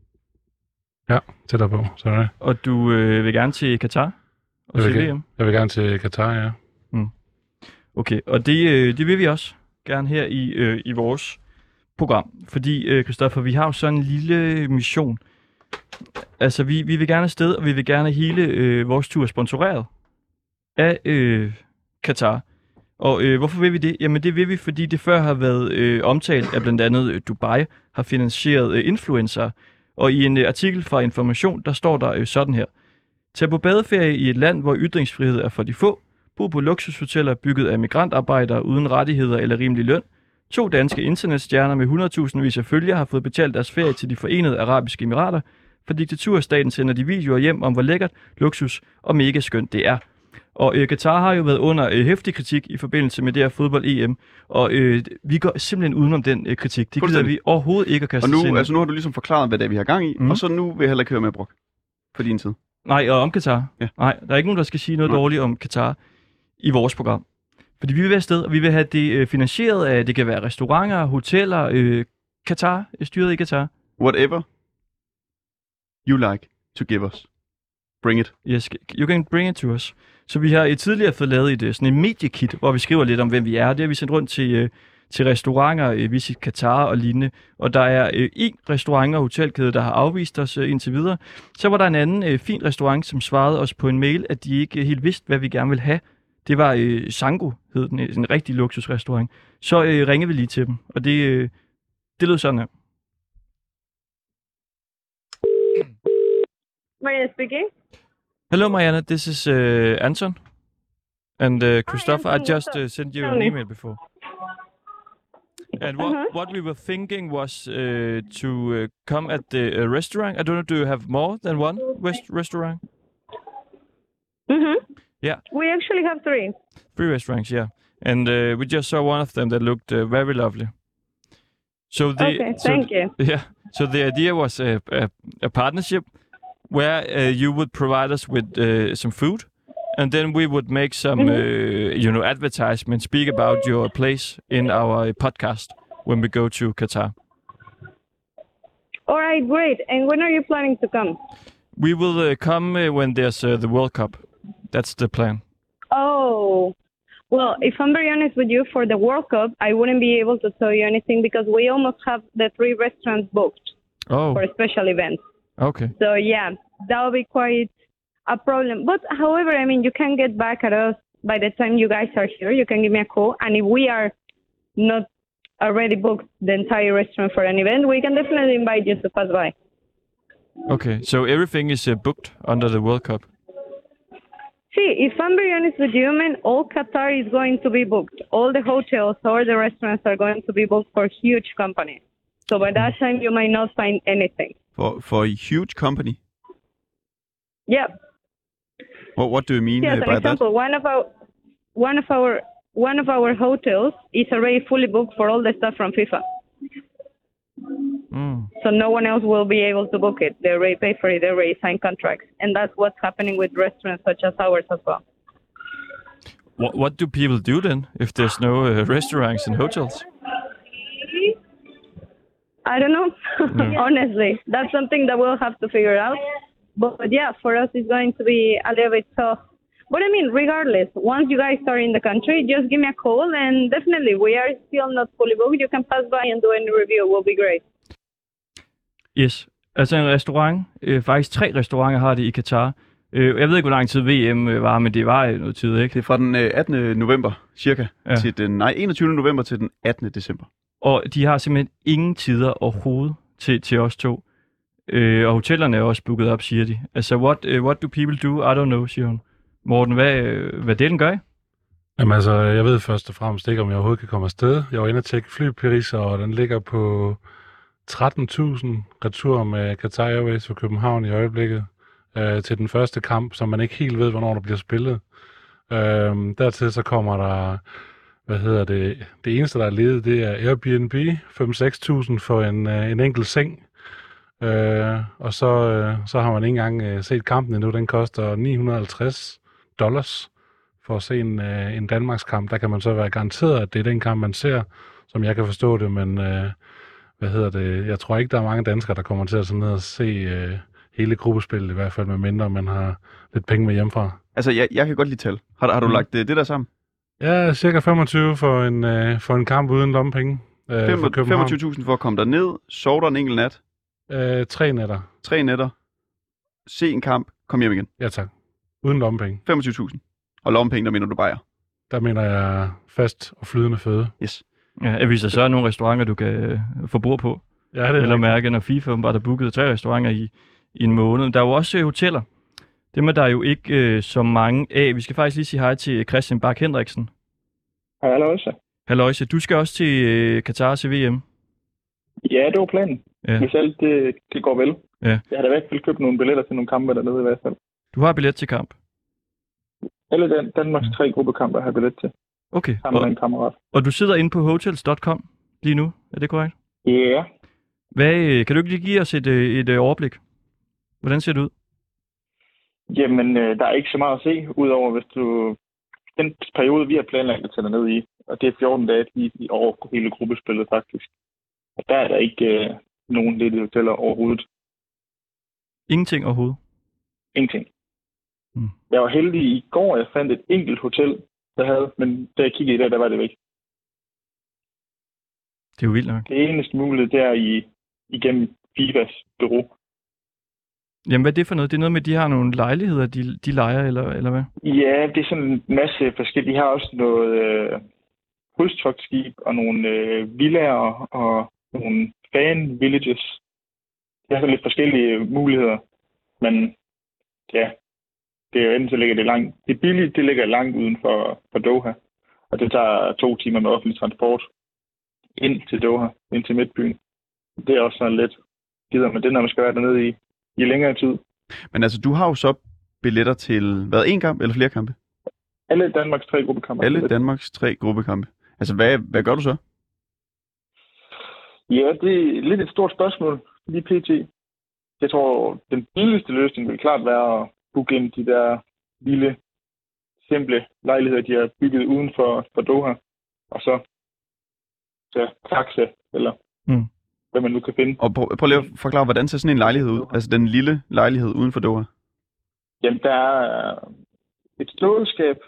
Ja, tættere på, sorry. Og du øh, vil gerne til Katar? Og jeg, til vil, V M? jeg vil gerne til Katar, ja. Mm. Okay, og det, øh, det vil vi også gerne her i, øh, i vores program. Fordi, øh, Christoffer, vi har jo sådan en lille mission. Altså, vi, vi vil gerne afsted, og vi vil gerne hele øh, vores tur sponsoreret af øh, Katar. Og øh, hvorfor vil vi det? Jamen det vil vi, fordi det før har været øh, omtalt, at blandt andet øh, Dubai har finansieret øh, influencer. Og i en øh, artikel fra Information, der står der øh, sådan her. Tag på badeferie i et land, hvor ytringsfrihed er for de få. Bo på luksushoteller bygget af migrantarbejdere uden rettigheder eller rimelig løn. To danske internetstjerner med hundredtusindvis af følgere har fået betalt deres ferie til de Forenede Arabiske Emirater. For diktaturstaten sender de videoer hjem om, hvor lækkert, luksus og mega skønt det er. Og øh, Katar har jo været under øh, heftig kritik i forbindelse med det her fodbold-E M, og øh, vi går simpelthen udenom den øh, kritik. Det gider vi overhovedet ikke at kaste Og nu, ind. altså nu har du ligesom forklaret, hvad det er, vi har gang i, mm. og så nu vil jeg heller ikke høre med Brok på din tid. Nej, og om Katar. Ja. Nej, der er ikke nogen, der skal sige noget Nej. dårligt om Katar i vores program. Fordi vi vil være afsted, og vi vil have det øh, finansieret af, det kan være restauranter, hoteller, øh, Katar, styret i Katar. Whatever you like to give us. Bring it. Yes, you can bring it to us. Så vi har i tidligere fået lavet et, sådan et mediekit, hvor vi skriver lidt om, hvem vi er. Det har vi sendt rundt til, øh, til restauranter, øh, Visit Katar og lignende. Og der er øh, en restaurant og hotelkæde, der har afvist os øh, indtil videre. Så var der en anden øh, fin restaurant, som svarede os på en mail, at de ikke helt vidste, hvad vi gerne ville have. Det var øh, Sango, hed den, en rigtig luksusrestaurant. Så øh, ringede vi lige til dem, og det, øh, det lød sådan her. Maria speaking. Hello, Mariana. This is uh, Anton. And uh, Christopher, Hi, I just uh, sent you an email before. And what, uh-huh. what we were thinking was uh, to uh, come at the uh, restaurant. I don't know, do you have more than one rest- restaurant? Mm-hmm. Yeah. We actually have three. Three restaurants, yeah. And uh, we just saw one of them that looked uh, very lovely. So the, okay, so thank th- you. Yeah. So the idea was a, a, a partnership where uh, you would provide us with uh, some food, and then we would make some, mm-hmm. uh, you know, advertisement, speak about your place in our podcast when we go to Qatar. All right, great. And when are you planning to come? We will uh, come uh, when there's uh, the World Cup. That's the plan. Oh, Well, if I'm very honest with you, for the World Cup, I wouldn't be able to tell you anything because we almost have the three restaurants booked Oh, for special events. okay. So yeah, that will be quite a problem. But however, I mean, you can get back at us by the time you guys are here. You can give me a call, and if we are not already booked the entire restaurant for an event, we can definitely invite you to pass by. Okay, so everything is uh, booked under the World Cup. See, if I'm very honest with you, man, all Qatar is going to be booked. All the hotels or the restaurants are going to be booked for huge companies. So by that time, you might not find anything. For, for a huge company? Yep. What, what do you mean See, as uh, an by example, that? one of our one of our one of our hotels is already fully booked for all the stuff from FIFA. Mm. So no one else will be able to book it. They already pay for it. They already sign contracts, and that's what's happening with restaurants such as ours as well. What, what do people do then if there's no uh, restaurants and hotels? I don't know. Yeah. Honestly, that's something that we'll have to figure out. But, but yeah, for us, it's going to be a little bit tough. But I mean, regardless, once you guys are in the country, just give me a call, and definitely, we are still not fully booked. You can pass by and do any review. It will be great. Yes, altså en restaurant, øh, faktisk tre restauranter har det i Katar. Øh, jeg ved ikke, hvor lang tid V M øh, var, men det var øh, noget tid, ikke? Det er fra den øh, attende november, cirka, Ja. til den, nej, enogtyvende november til den attende december. Og de har simpelthen ingen tider overhovedet til, til os to. Øh, og hotellerne er også booket op, siger de. Altså, what, uh, what do people do? I don't know, siger hun. Morten, hvad, øh, hvad det den gør? Jamen altså, jeg ved først og fremmest ikke, om jeg overhovedet kan komme afsted. Jeg var inde og tjekke flypriser, og den ligger på tretten tusind retur med Qatar Airways for København i øjeblikket øh, til den første kamp, som man ikke helt ved, hvornår der bliver spillet. Øh, dertil så kommer der, hvad hedder det, det eneste, der er ledet, det er Airbnb, fem til seks tusind for en, øh, en enkelt seng. Øh, og så, øh, så har man ikke engang øh, set kampen endnu. Den koster ni hundrede og halvtreds dollars for at se en, øh, en Danmarkskamp. Der kan man så være garanteret, at det er den kamp, man ser, som jeg kan forstå det, men øh, hvad hedder det? Jeg tror ikke, der er mange danskere, der kommer til at sådan ned og se øh, hele gruppespillet, i hvert fald med mindre, man har lidt penge med hjemmefra. Altså, jeg, jeg kan godt lide tal. Har, har du Mm. lagt det, det der sammen? Ja, cirka femogtyve for en, øh, for en kamp uden lommepenge øh, for København. femogtyve tusind for at komme derned, sove der en enkelt nat, Øh, tre nætter. tre nætter, se en kamp, kom hjem igen. Ja tak. Uden lommepenge. femogtyve tusind. Og lommepenge, der mener du bajer. Der mener jeg fast og flydende føde. Yes. Ja, jeg viser så er nogle restauranter, du kan øh, få bord på. Ja, det er Eller rigtigt. mærke, når FIFA var der booket tre restauranter i, i en måned. Der er jo også øh, hoteller. Dem er der jo ikke øh, så mange af. Vi skal faktisk lige sige hej til Christian Bak Hendriksen. Halløjse. Halløjse, du skal også til øh, Katar til V M. Ja, det var planen. Ja. Hvis alt det, det går vel. Ja. Jeg har da i hvert fald købt nogle billetter til nogle kampe dernede i hvert fald. Du har billet til kamp. Alle Dan- Danmarks tre gruppekampe har jeg billet til. Okay, Sammen med og, en kammerat. og du sidder inde på hotels punktum com lige nu, er det korrekt? Ja. Hvad, øh, kan du ikke lige give os et, øh, et øh, overblik? Hvordan ser det ud? Jamen, øh, der er ikke så meget at se, udover hvis du... Den periode, vi har planlagt at tage ned i, og det er fjorten dage i, i over hele gruppespillet faktisk. Og der er der ikke øh, nogen ledige hoteller overhovedet. Ingenting overhovedet. Ingenting. Mm. Jeg var heldig i går, jeg fandt et enkelt hotel, der havde, men da jeg kiggede i det, der var det væk. Det er jo vildt nok. Det eneste mulighed, det er i, igennem FIFAs bureau. Jamen, hvad er det for noget? Det er noget med, at de har nogle lejligheder, de, de lejer, eller, eller hvad? Ja, det er sådan en masse forskellige. De har også noget øh, krydstogtskib og nogle øh, villaer og nogle fan villages. Det er sådan lidt forskellige muligheder. Men ja, det er jo enten så ligger det langt. Det billige, det ligger langt uden for, for Doha. Og det tager to timer med offentlig transport ind til Doha, ind til midtbyen. Det er også sådan lidt gider man det, når man skal være dernede i, i længere tid. Men altså, du har jo så billetter til, hvad, en kamp eller flere kampe? Alle Danmarks tre gruppekampe. Alle Danmarks tre gruppekampe. Altså, hvad, hvad gør du så? Ja, det er lidt et stort spørgsmål lige pt. Jeg tror, den billigste løsning vil klart være at booke ind de der lille, simple lejligheder, de har bygget uden for, for Doha. Og så ja, taxa, eller mm. hvad man nu kan finde. Og prøv, prøv lige at forklare, hvordan ser sådan en lejlighed ud? Altså den lille lejlighed uden for Doha. Jamen, der er et stålskab,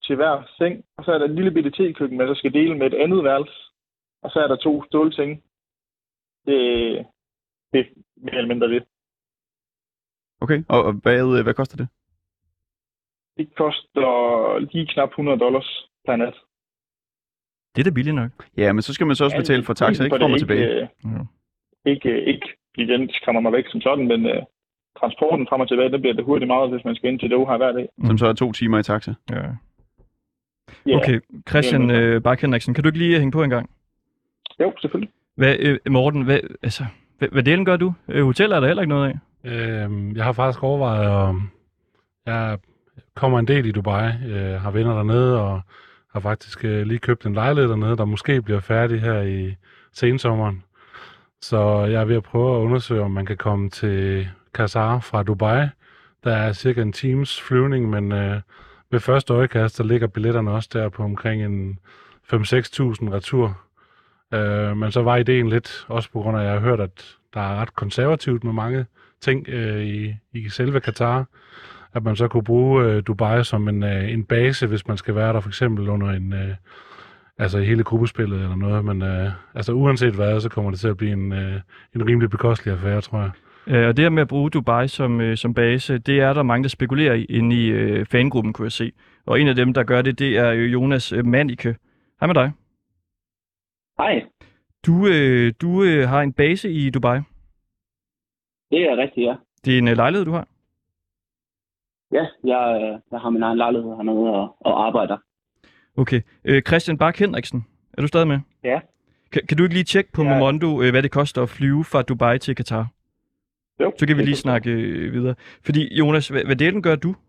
til hver seng, og så er der et lille bitte tekøkken, man så skal dele med et andet værelse, og så er der to stålsenge. Det, det er mere eller mindre det. Okay, og, og hvad, hvad koster det? Det koster lige knap hundrede dollars per nat. Det er da billigt nok. Ja, men så skal man så også betale for taxa, ikke? Frem og tilbage. Øh, ja. Ikke, ikke igen, kommer man væk som sådan, men øh, transporten frem og tilbage, det bliver det hurtigt meget, hvis man skal ind til Doha hver dag. Som så er to timer i taxa. Ja. Okay, Christian øh, Bak Henriksen, kan du ikke lige hænge på en gang? Jo, selvfølgelig. Hvad, øh, Morten, hvad, altså, hvad, hvad delen gør du? Øh, hoteller er der heller ikke noget af? Øh, jeg har faktisk overvejet, at jeg kommer en del i Dubai, øh, har venner dernede, og har faktisk øh, lige købt en lejlighed dernede, der måske bliver færdig her i sensommeren. Så jeg er ved at prøve at undersøge, om man kan komme til Qatar fra Dubai. Der er cirka en times flyvning, men øh, ved første øjekast, der ligger billetterne også der på omkring en fem til seks tusind retur. Øh, men så var ideen lidt, også på grund af, at jeg har hørt, at der er ret konservativt med mange ting øh, i, i selve Qatar, at man så kunne bruge øh, Dubai som en, øh, en base, hvis man skal være der for eksempel under en, øh, altså i hele gruppespillet eller noget, men øh, altså uanset hvad, så kommer det til at blive en, øh, en rimelig bekostelig affære, tror jeg. Øh, og det her med at bruge Dubai som, øh, som base, det er der mange, der spekulerer i inde i øh, fangruppen, kunne jeg se. Og en af dem, der gør det, det er Jonas øh, Manike. Hej med dig. Hej. Du, øh, du øh, har en base i Dubai. Det er rigtigt, ja. Det er en øh, lejlighed, du har? Ja, jeg, øh, jeg har min egen lejlighed hernede og, og arbejder. Okay. Øh, Christian Bak Henriksen, er du stadig med? Ja. Kan, kan du ikke lige tjekke på ja. Momondo, øh, hvad det koster at flyve fra Dubai til Qatar? Jo. Så kan vi lige snakke øh, videre. Fordi, Jonas, hvad, hvad delen gør du?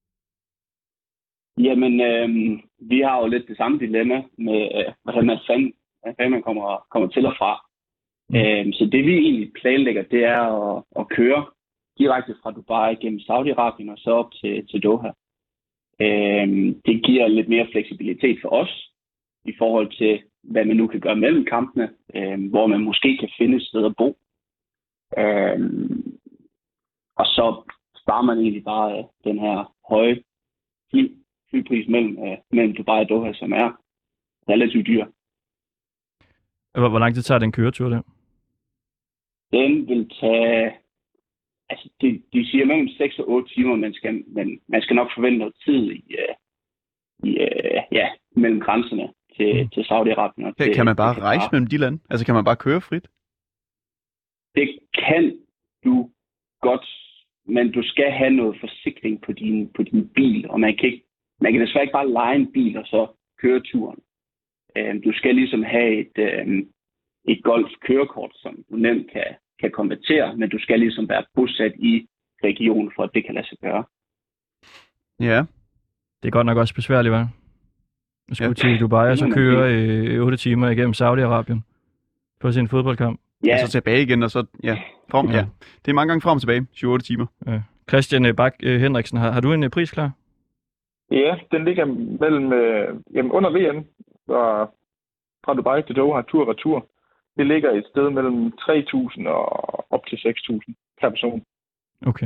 Jamen, øh, vi har jo lidt det samme dilemma med, øh, hvordan man, fand, hvordan man kommer, kommer til og fra. Mm. Øh, så det vi egentlig planlægger, det er at, at køre direkte fra Dubai gennem Saudi-Arabien og så op til, til Doha. Øh, det giver lidt mere fleksibilitet for os i forhold til, hvad man nu kan gøre mellem kampene, øh, hvor man måske kan finde et sted at bo. Øh, og så sparer man egentlig bare øh, den her høje fly, flypris mellem, øh, mellem Dubai og Doha, som er relativt dyr. Hvor, hvor lang tid tager den køretur der? Den vil tage... Altså, de, de siger mellem seks og otte timer, man skal, men man skal nok forvente noget tid i, uh, i uh, ja, mellem grænserne til, mm. til Saudi-Arabien. Og til, kan man bare rejse mellem de lande? Altså, kan man bare køre frit? Det kan du godt, men du skal have noget forsikring på din, på din bil, og man kan, ikke, man kan desværre ikke bare leje en bil og så køre turen. Uh, du skal ligesom have et, um, et golf-kørekort, som du nemt kan kan konvertere, men du skal ligesom være bosat i regionen, for at det kan lade sig gøre. Ja. Det er godt nok også besværligt, hva'? Du skulle ja. til Dubai og så køre øh, otte timer igennem Saudi-Arabien på sin fodboldkamp. Ja. Og så tilbage igen, og så ja, frem, ja. ja. Det er mange gange frem og tilbage, syv otte timer. Ja. Christian Bak øh, Henriksen, har, har du en øh, pris klar? Ja, den ligger mellem øh, jamen under V M fra, fra Dubai til Doha, tur og retur. Det ligger et sted mellem tre tusind og op til seks tusind per person. Okay.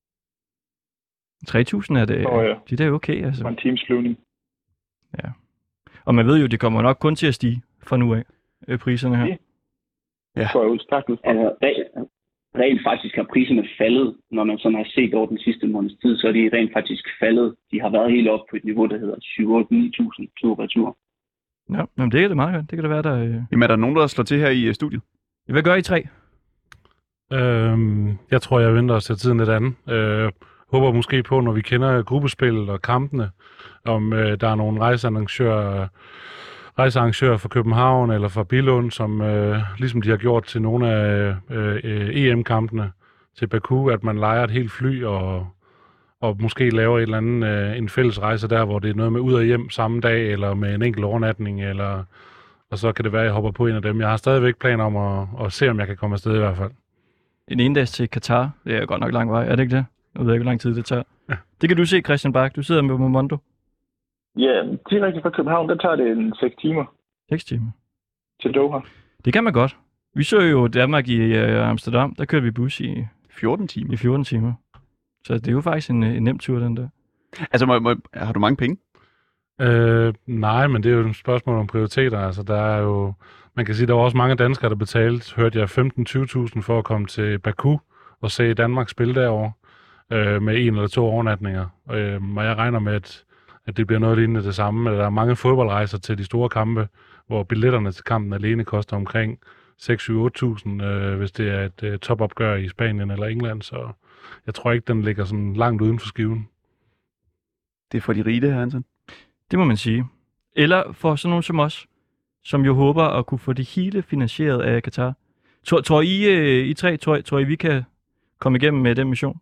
tre tusind er det, og, ja. det er okay, altså. For en times flyvning. Ja. Og man ved jo, det kommer nok kun til at stige fra nu af, priserne her. Ja. Ja. Så er jeg udstakket. Altså, rent faktisk har priserne faldet, når man sådan har set over den sidste måneds tid, så er de rent faktisk faldet. De har været helt op på et niveau, der hedder syv otte ni tusind tur og retur. Ja, men det er det meget godt. Det kan det være, der... Øh... Jamen, er der nogen, der slår til her i uh, studiet? Hvad gør I tre? Øhm, jeg tror, jeg venter at sætte tiden lidt anden. Øh, håber måske på, når vi kender gruppespillet og kampene, om øh, der er nogle rejsearrangører, rejsearrangører fra København eller fra Billund, som øh, ligesom de har gjort til nogle af øh, E M-kampene til Baku, at man lejer et helt fly og... og måske laver et eller andet, øh, en fælles rejse der, hvor det er noget med ud og hjem samme dag, eller med en enkelt overnatning, eller, og så kan det være, at jeg hopper på en af dem. Jeg har stadigvæk planer om at, at se, om jeg kan komme afsted i hvert fald. En endags til Qatar, det er godt nok lang vej, er det ikke det? Jeg ved ikke, hvor lang tid det tager. Ja. Det kan du se, Christian Bak, du sidder med Momondo. Ja, direkte fra København, der tager det en seks timer. seks timer? Til Doha. Det kan man godt. Vi så jo Danmark i uh, Amsterdam, der kørte vi bus i fjorten timer. I fjorten timer. Så det er jo faktisk en, en nem tur, den der. Altså, må, må, har du mange penge? Øh, nej, men det er jo et spørgsmål om prioriteter. Altså, der er jo, man kan sige, der var også mange danskere, der betalte, hørte jeg, femten til tyve tusind for at komme til Baku og se Danmark spille derovre øh, med en eller to overnatninger. Øh, og jeg regner med, at, at det bliver noget lignende det samme. Der er mange fodboldrejser til de store kampe, hvor billetterne til kampen alene koster omkring seks til otte tusind, øh, hvis det er et øh, topopgør i Spanien eller England. Så jeg tror ikke, den ligger sådan langt uden for skiven. Det er for de rige, det her, Hansen. Det må man sige. Eller for sådan nogen som os, som jo håber at kunne få det hele finansieret af Katar. Tror, tror I, øh, I tre, tror, tror I, vi kan komme igennem med den mission?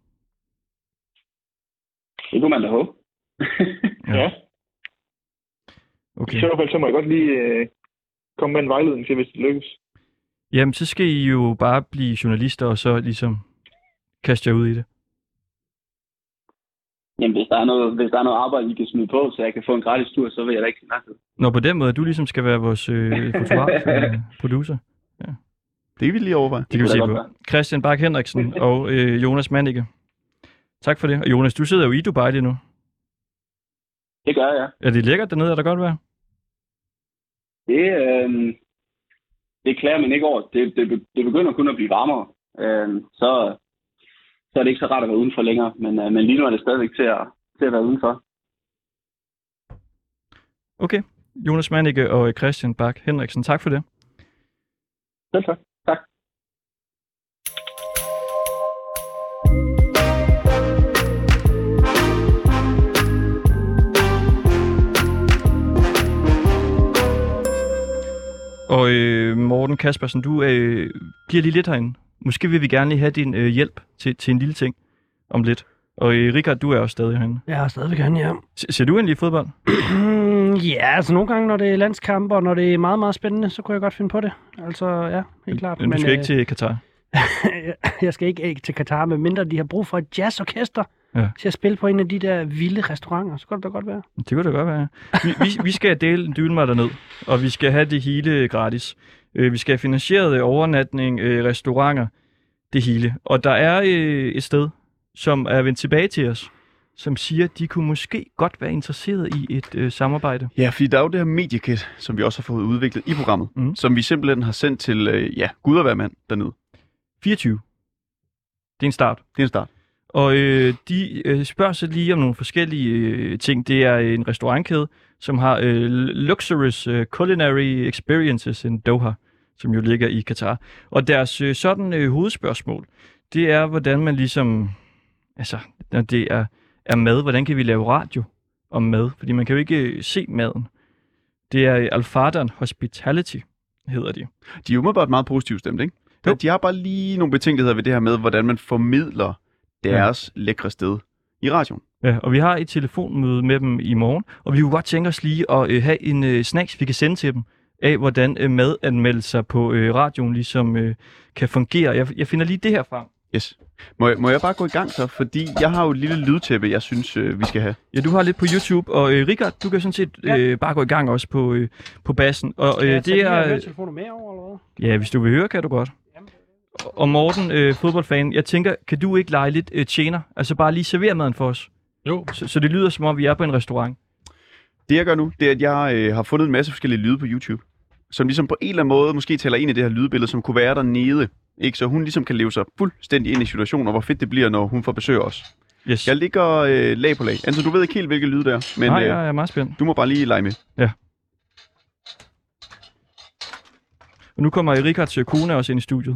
Det kunne man da håbe. ja. ja. Okay. I så fald, så må jeg godt lige øh, komme med en vejledning til, hvis det lykkes. Jamen, så skal I jo bare blive journalister, og så ligesom kaste jer ud i det. Jamen, hvis der er noget, hvis der er noget arbejde, I kan smide på, så jeg kan få en gratis tur, så vil jeg da ikke snakke. Nå, på den måde, du ligesom skal være vores øh, fotograf, øh, producer. Ja. Det kan vi lige overveje. Det kan vi se på. Christian Bak Henriksen og øh, Jonas Mannicke. Tak for det. Og Jonas, du sidder jo i Dubai lige nu. Det gør jeg. Er det lækkert dernede, er der godt vejr? Det, øh, det klager man ikke over. Det, det, det begynder kun at blive varmere. Øh, så, så er det ikke så rart at være udenfor længere. Men, øh, men lige nu er det stadigvæk til at, til at være udenfor. Okay. Jonas Mannicke og Christian Bak Henriksen, tak for det. Selv tak. Tak. Og øh, Morten Kaspersen, du øh, bliver lige lidt herinde. Måske vil vi gerne lige have din øh, hjælp til, til en lille ting om lidt. Og øh, Richard, du er også stadig herinde. Jeg er stadig herinde, ja. S- ser du egentlig fodbold? Ja, altså nogle gange, når det er landskampe, og når det er meget, meget spændende, så kunne jeg godt finde på det. Altså, ja, helt klart. Men du skal øh, ikke til Katar? Jeg skal ikke, ikke til Katar, medmindre de har brug for et jazzorkester ja. til at spille på en af de der vilde restauranter. Så kan det da godt være. Det kunne da godt være. Vi, vi, vi skal dele en dylmad derned, og vi skal have det hele gratis. Vi skal have finansieret overnatning, restauranter, det hele. Og der er et sted, som er vendt tilbage til os, som siger, at de kunne måske godt være interesseret i et øh, samarbejde. Ja, fordi der er jo det her mediekit, som vi også har fået udviklet i programmet, mm. som vi simpelthen har sendt til, øh, ja, Gud og hver mand dernede. fireogtyve. Det er en start. Det er en start. Og øh, de øh, spørger sig lige om nogle forskellige øh, ting. Det er en restaurantkæde, som har øh, Luxurious øh, Culinary Experiences in Doha, som jo ligger i Katar. Og deres øh, sådan øh, hovedspørgsmål, det er, hvordan man ligesom, altså, når det er, er mad, hvordan kan vi lave radio om mad? Fordi man kan jo ikke øh, se maden. Det er Al Fardan Hospitality, hedder de. De er jo umiddelbart meget positivt stemt, ikke? Jo. De har bare lige nogle betænkeligheder ved det her med, hvordan man formidler deres ja. lækre sted i radioen. Ja, og vi har et telefonmøde med dem i morgen, og vi kunne godt tænke os lige at øh, have en øh, snacks, vi kan sende til dem, af hvordan øh, madanmeldelser på øh, radioen ligesom øh, kan fungere. Jeg, jeg finder lige det her frem. Yes. Må jeg, må jeg bare gå i gang så? Fordi jeg har jo et lille lydtæppe, jeg synes, øh, vi skal have. Ja, du har lidt på YouTube, og øh, Richard, du kan sådan set øh, bare gå i gang også på, øh, på bassen. Og, øh, jeg det er høretelefoner med over, eller hvad? Ja, hvis du vil høre, kan du godt. Og Morten, øh, fodboldfan, jeg tænker, kan du ikke lege lidt øh, tjener? Altså bare lige servere maden for os. Jo. Så, så det lyder som om, vi er på en restaurant. Det jeg gør nu, det er, at jeg øh, har fundet en masse forskellige lyde på YouTube, som ligesom på en eller anden måde måske taler ind i det her lydbillede, som kunne være dernede. Ikke? Så hun ligesom kan leve sig fuldstændig ind i situationen, og hvor fedt det bliver, når hun får besøg os. Yes. Jeg ligger øh, lag på lag. Altså, du ved ikke helt, hvilke lyde det er. Men, Nej, jeg er meget spændt. Du må bare lige lege med. Ja. Og nu kommer Richards kone også ind i studiet.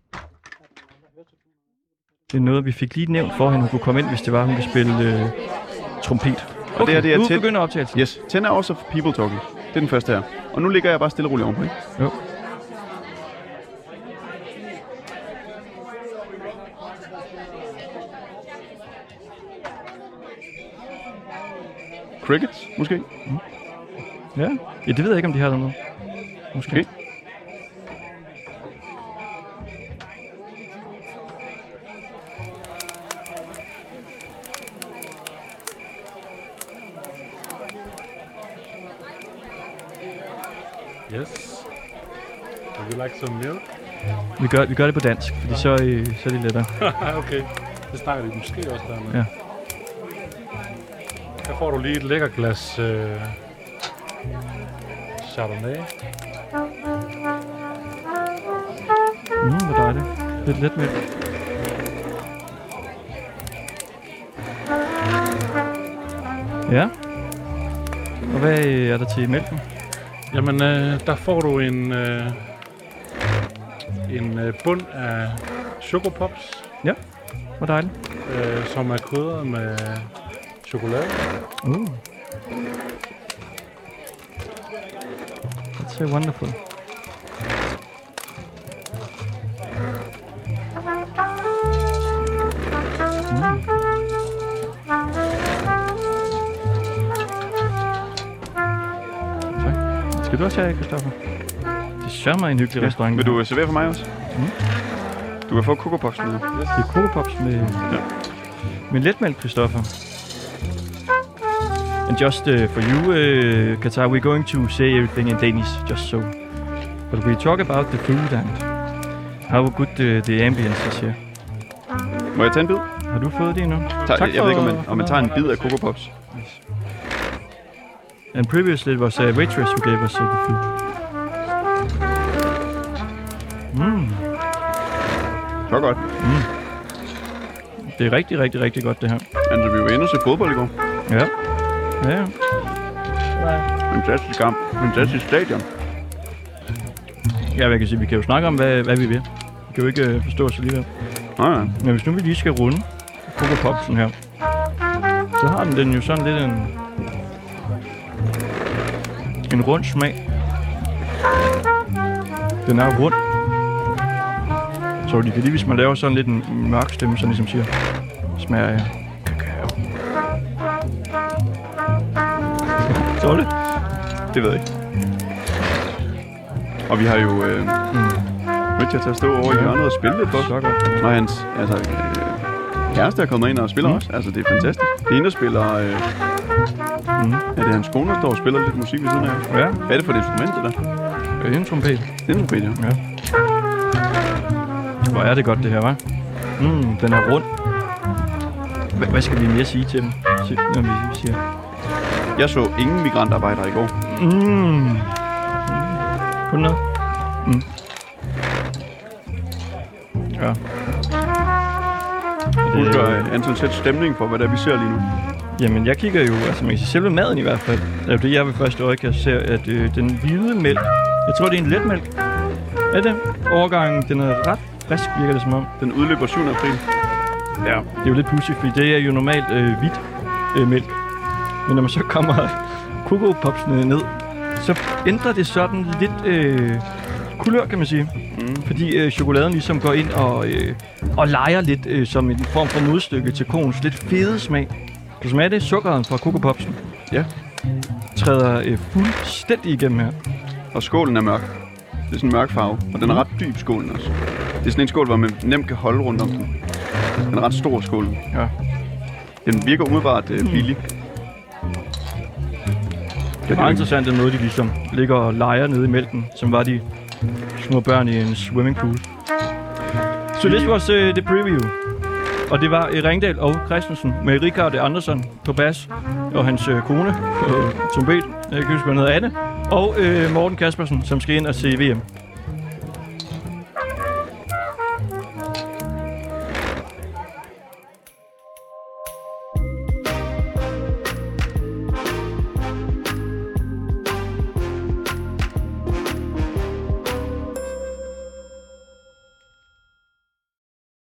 Det er noget, vi fik lige nævnt for hende, hun kunne komme ind, hvis det var, hun kunne spille øh, trompet. Okay, og det her, det er nu ten... begynder optagelsen. Yes, ten hours of people talking. Det er den første her. Og nu ligger jeg bare stille og roligt ovenpå, ikke? Jo. Crickets, måske? Mm. Ja. ja, det ved jeg ikke, om de har noget. Måske. Okay. Yes. Would you like some milk? Vi gør, vi gør det på dansk, fordi så, øh, så er det lettere. Okay. Det snakker de måske også der med. Ja. Her får du lige et lækker glas øh, Chardonnay. Mm, hvor dejligt. Lidt let mælk. Ja. Og hvad er der til mælken? Jamen, øh, der får du en, øh, en øh, bund af chokopops. Ja, hvor dejligt. Øh, som er krydret med chokolade. Uh. That's so wonderful. Mm. Skal du også have, Christoffer? Det sørger mig en hyggelig ja. restaurant. Vil du servere for mig også? Mm. Du kan få Coco Pops med. Det er Coco Pops med, ja. med letmælk, Christoffer. And just uh, for you, uh, Qatar, we're going to say everything in Danish, just so. But we talk about the food and how good the, the ambience is here. Må jeg tage en bid? Har du fået det endnu? Ta- tak jeg ved ikke, om man, om man tager en bid af Coco Pops. Yes. And previously it was a waitress who gave us uh, the food. Mm. Så godt. Mm. Det er rigtig, rigtig, rigtig godt, det her. Altså, vi var inde og se fodbold i går. Ja. Ja. Fantastisk kamp. Fantastisk stadion. Ja, hvad kan sige, vi kan jo snakke om, hvad, hvad vi vil. Vi kan jo ikke uh, forstå os alligevel. Nej, nej. Men hvis nu vi lige skal runde Coco Popsen her, så har den, den jo sådan lidt en... En rund smag. Den er rund. Så de kan lige, hvis man laver sådan lidt en mørk stemme, sådan ligesom siger, smager af kakao. Så det? Det ved jeg ikke. Og vi har jo øh, mm. Richard til at stå over i hjørnet og spille lidt for os. Og hans altså, øh, kæreste er kommet ind og spiller mm. også. Altså, det er fantastisk. Det ene, der spiller... Øh, mm. Er det hans kone, der står og spiller lidt musik ved siden af? Ja. Hvad er det for et instrument, det der? Det er en trompet. Det er en trompet, ja. ja. Hvor er det godt, det her, hva'? Mm, den er rund. H- hvad skal vi mere sige til dem, når vi siger? Jeg så ingen migrantarbejdere i går. Mm. Kun noget? Mm. Ja. Det gør Anton sætte stemning for, hvad der vi ser lige nu. Jamen, jeg kigger jo, altså man kan sige, selve maden i hvert fald. Det er det, jeg ved første øje se, at øh, den hvide mælk, jeg tror, det er en letmælk. Er det? Overgangen, den er ret frisk, virker det som om. Den udløber syvende april. Ja, det er jo lidt pudsigt, fordi det er jo normalt øh, hvidt øh, mælk. Men når man så kommer Coco Popsene ned, så ændrer det sådan lidt øh, kulør, kan man sige. Mm. Fordi øh, chokoladen ligesom går ind og, øh, og leger lidt øh, som en form for modstykke til koens lidt fede smag. Så smager det sukkeren fra Coco Popsen. Ja. Træder øh, fuldstændig igennem her. Og skålen er mørk. Det er sådan en mørk farve, og den er ret dyb, skålen også. Det er sådan en skål, hvor man nemt kan holde rundt om den. Den er ret stor, skålen. Ja. Den virker umiddelbart øh, billig. Det er meget interessant, den måde, de ligesom ligger og leger nede i mælken, som var de små børn i en swimmingpool. Så so this was uh, the preview. Og det var uh, Ringdal og Christensen med Richard Andersen på bas, og hans uh, kone på trompet, jeg kan huske, hvad han hedder, Anne, og uh, Morten Kaspersen, som skal ind og se V M.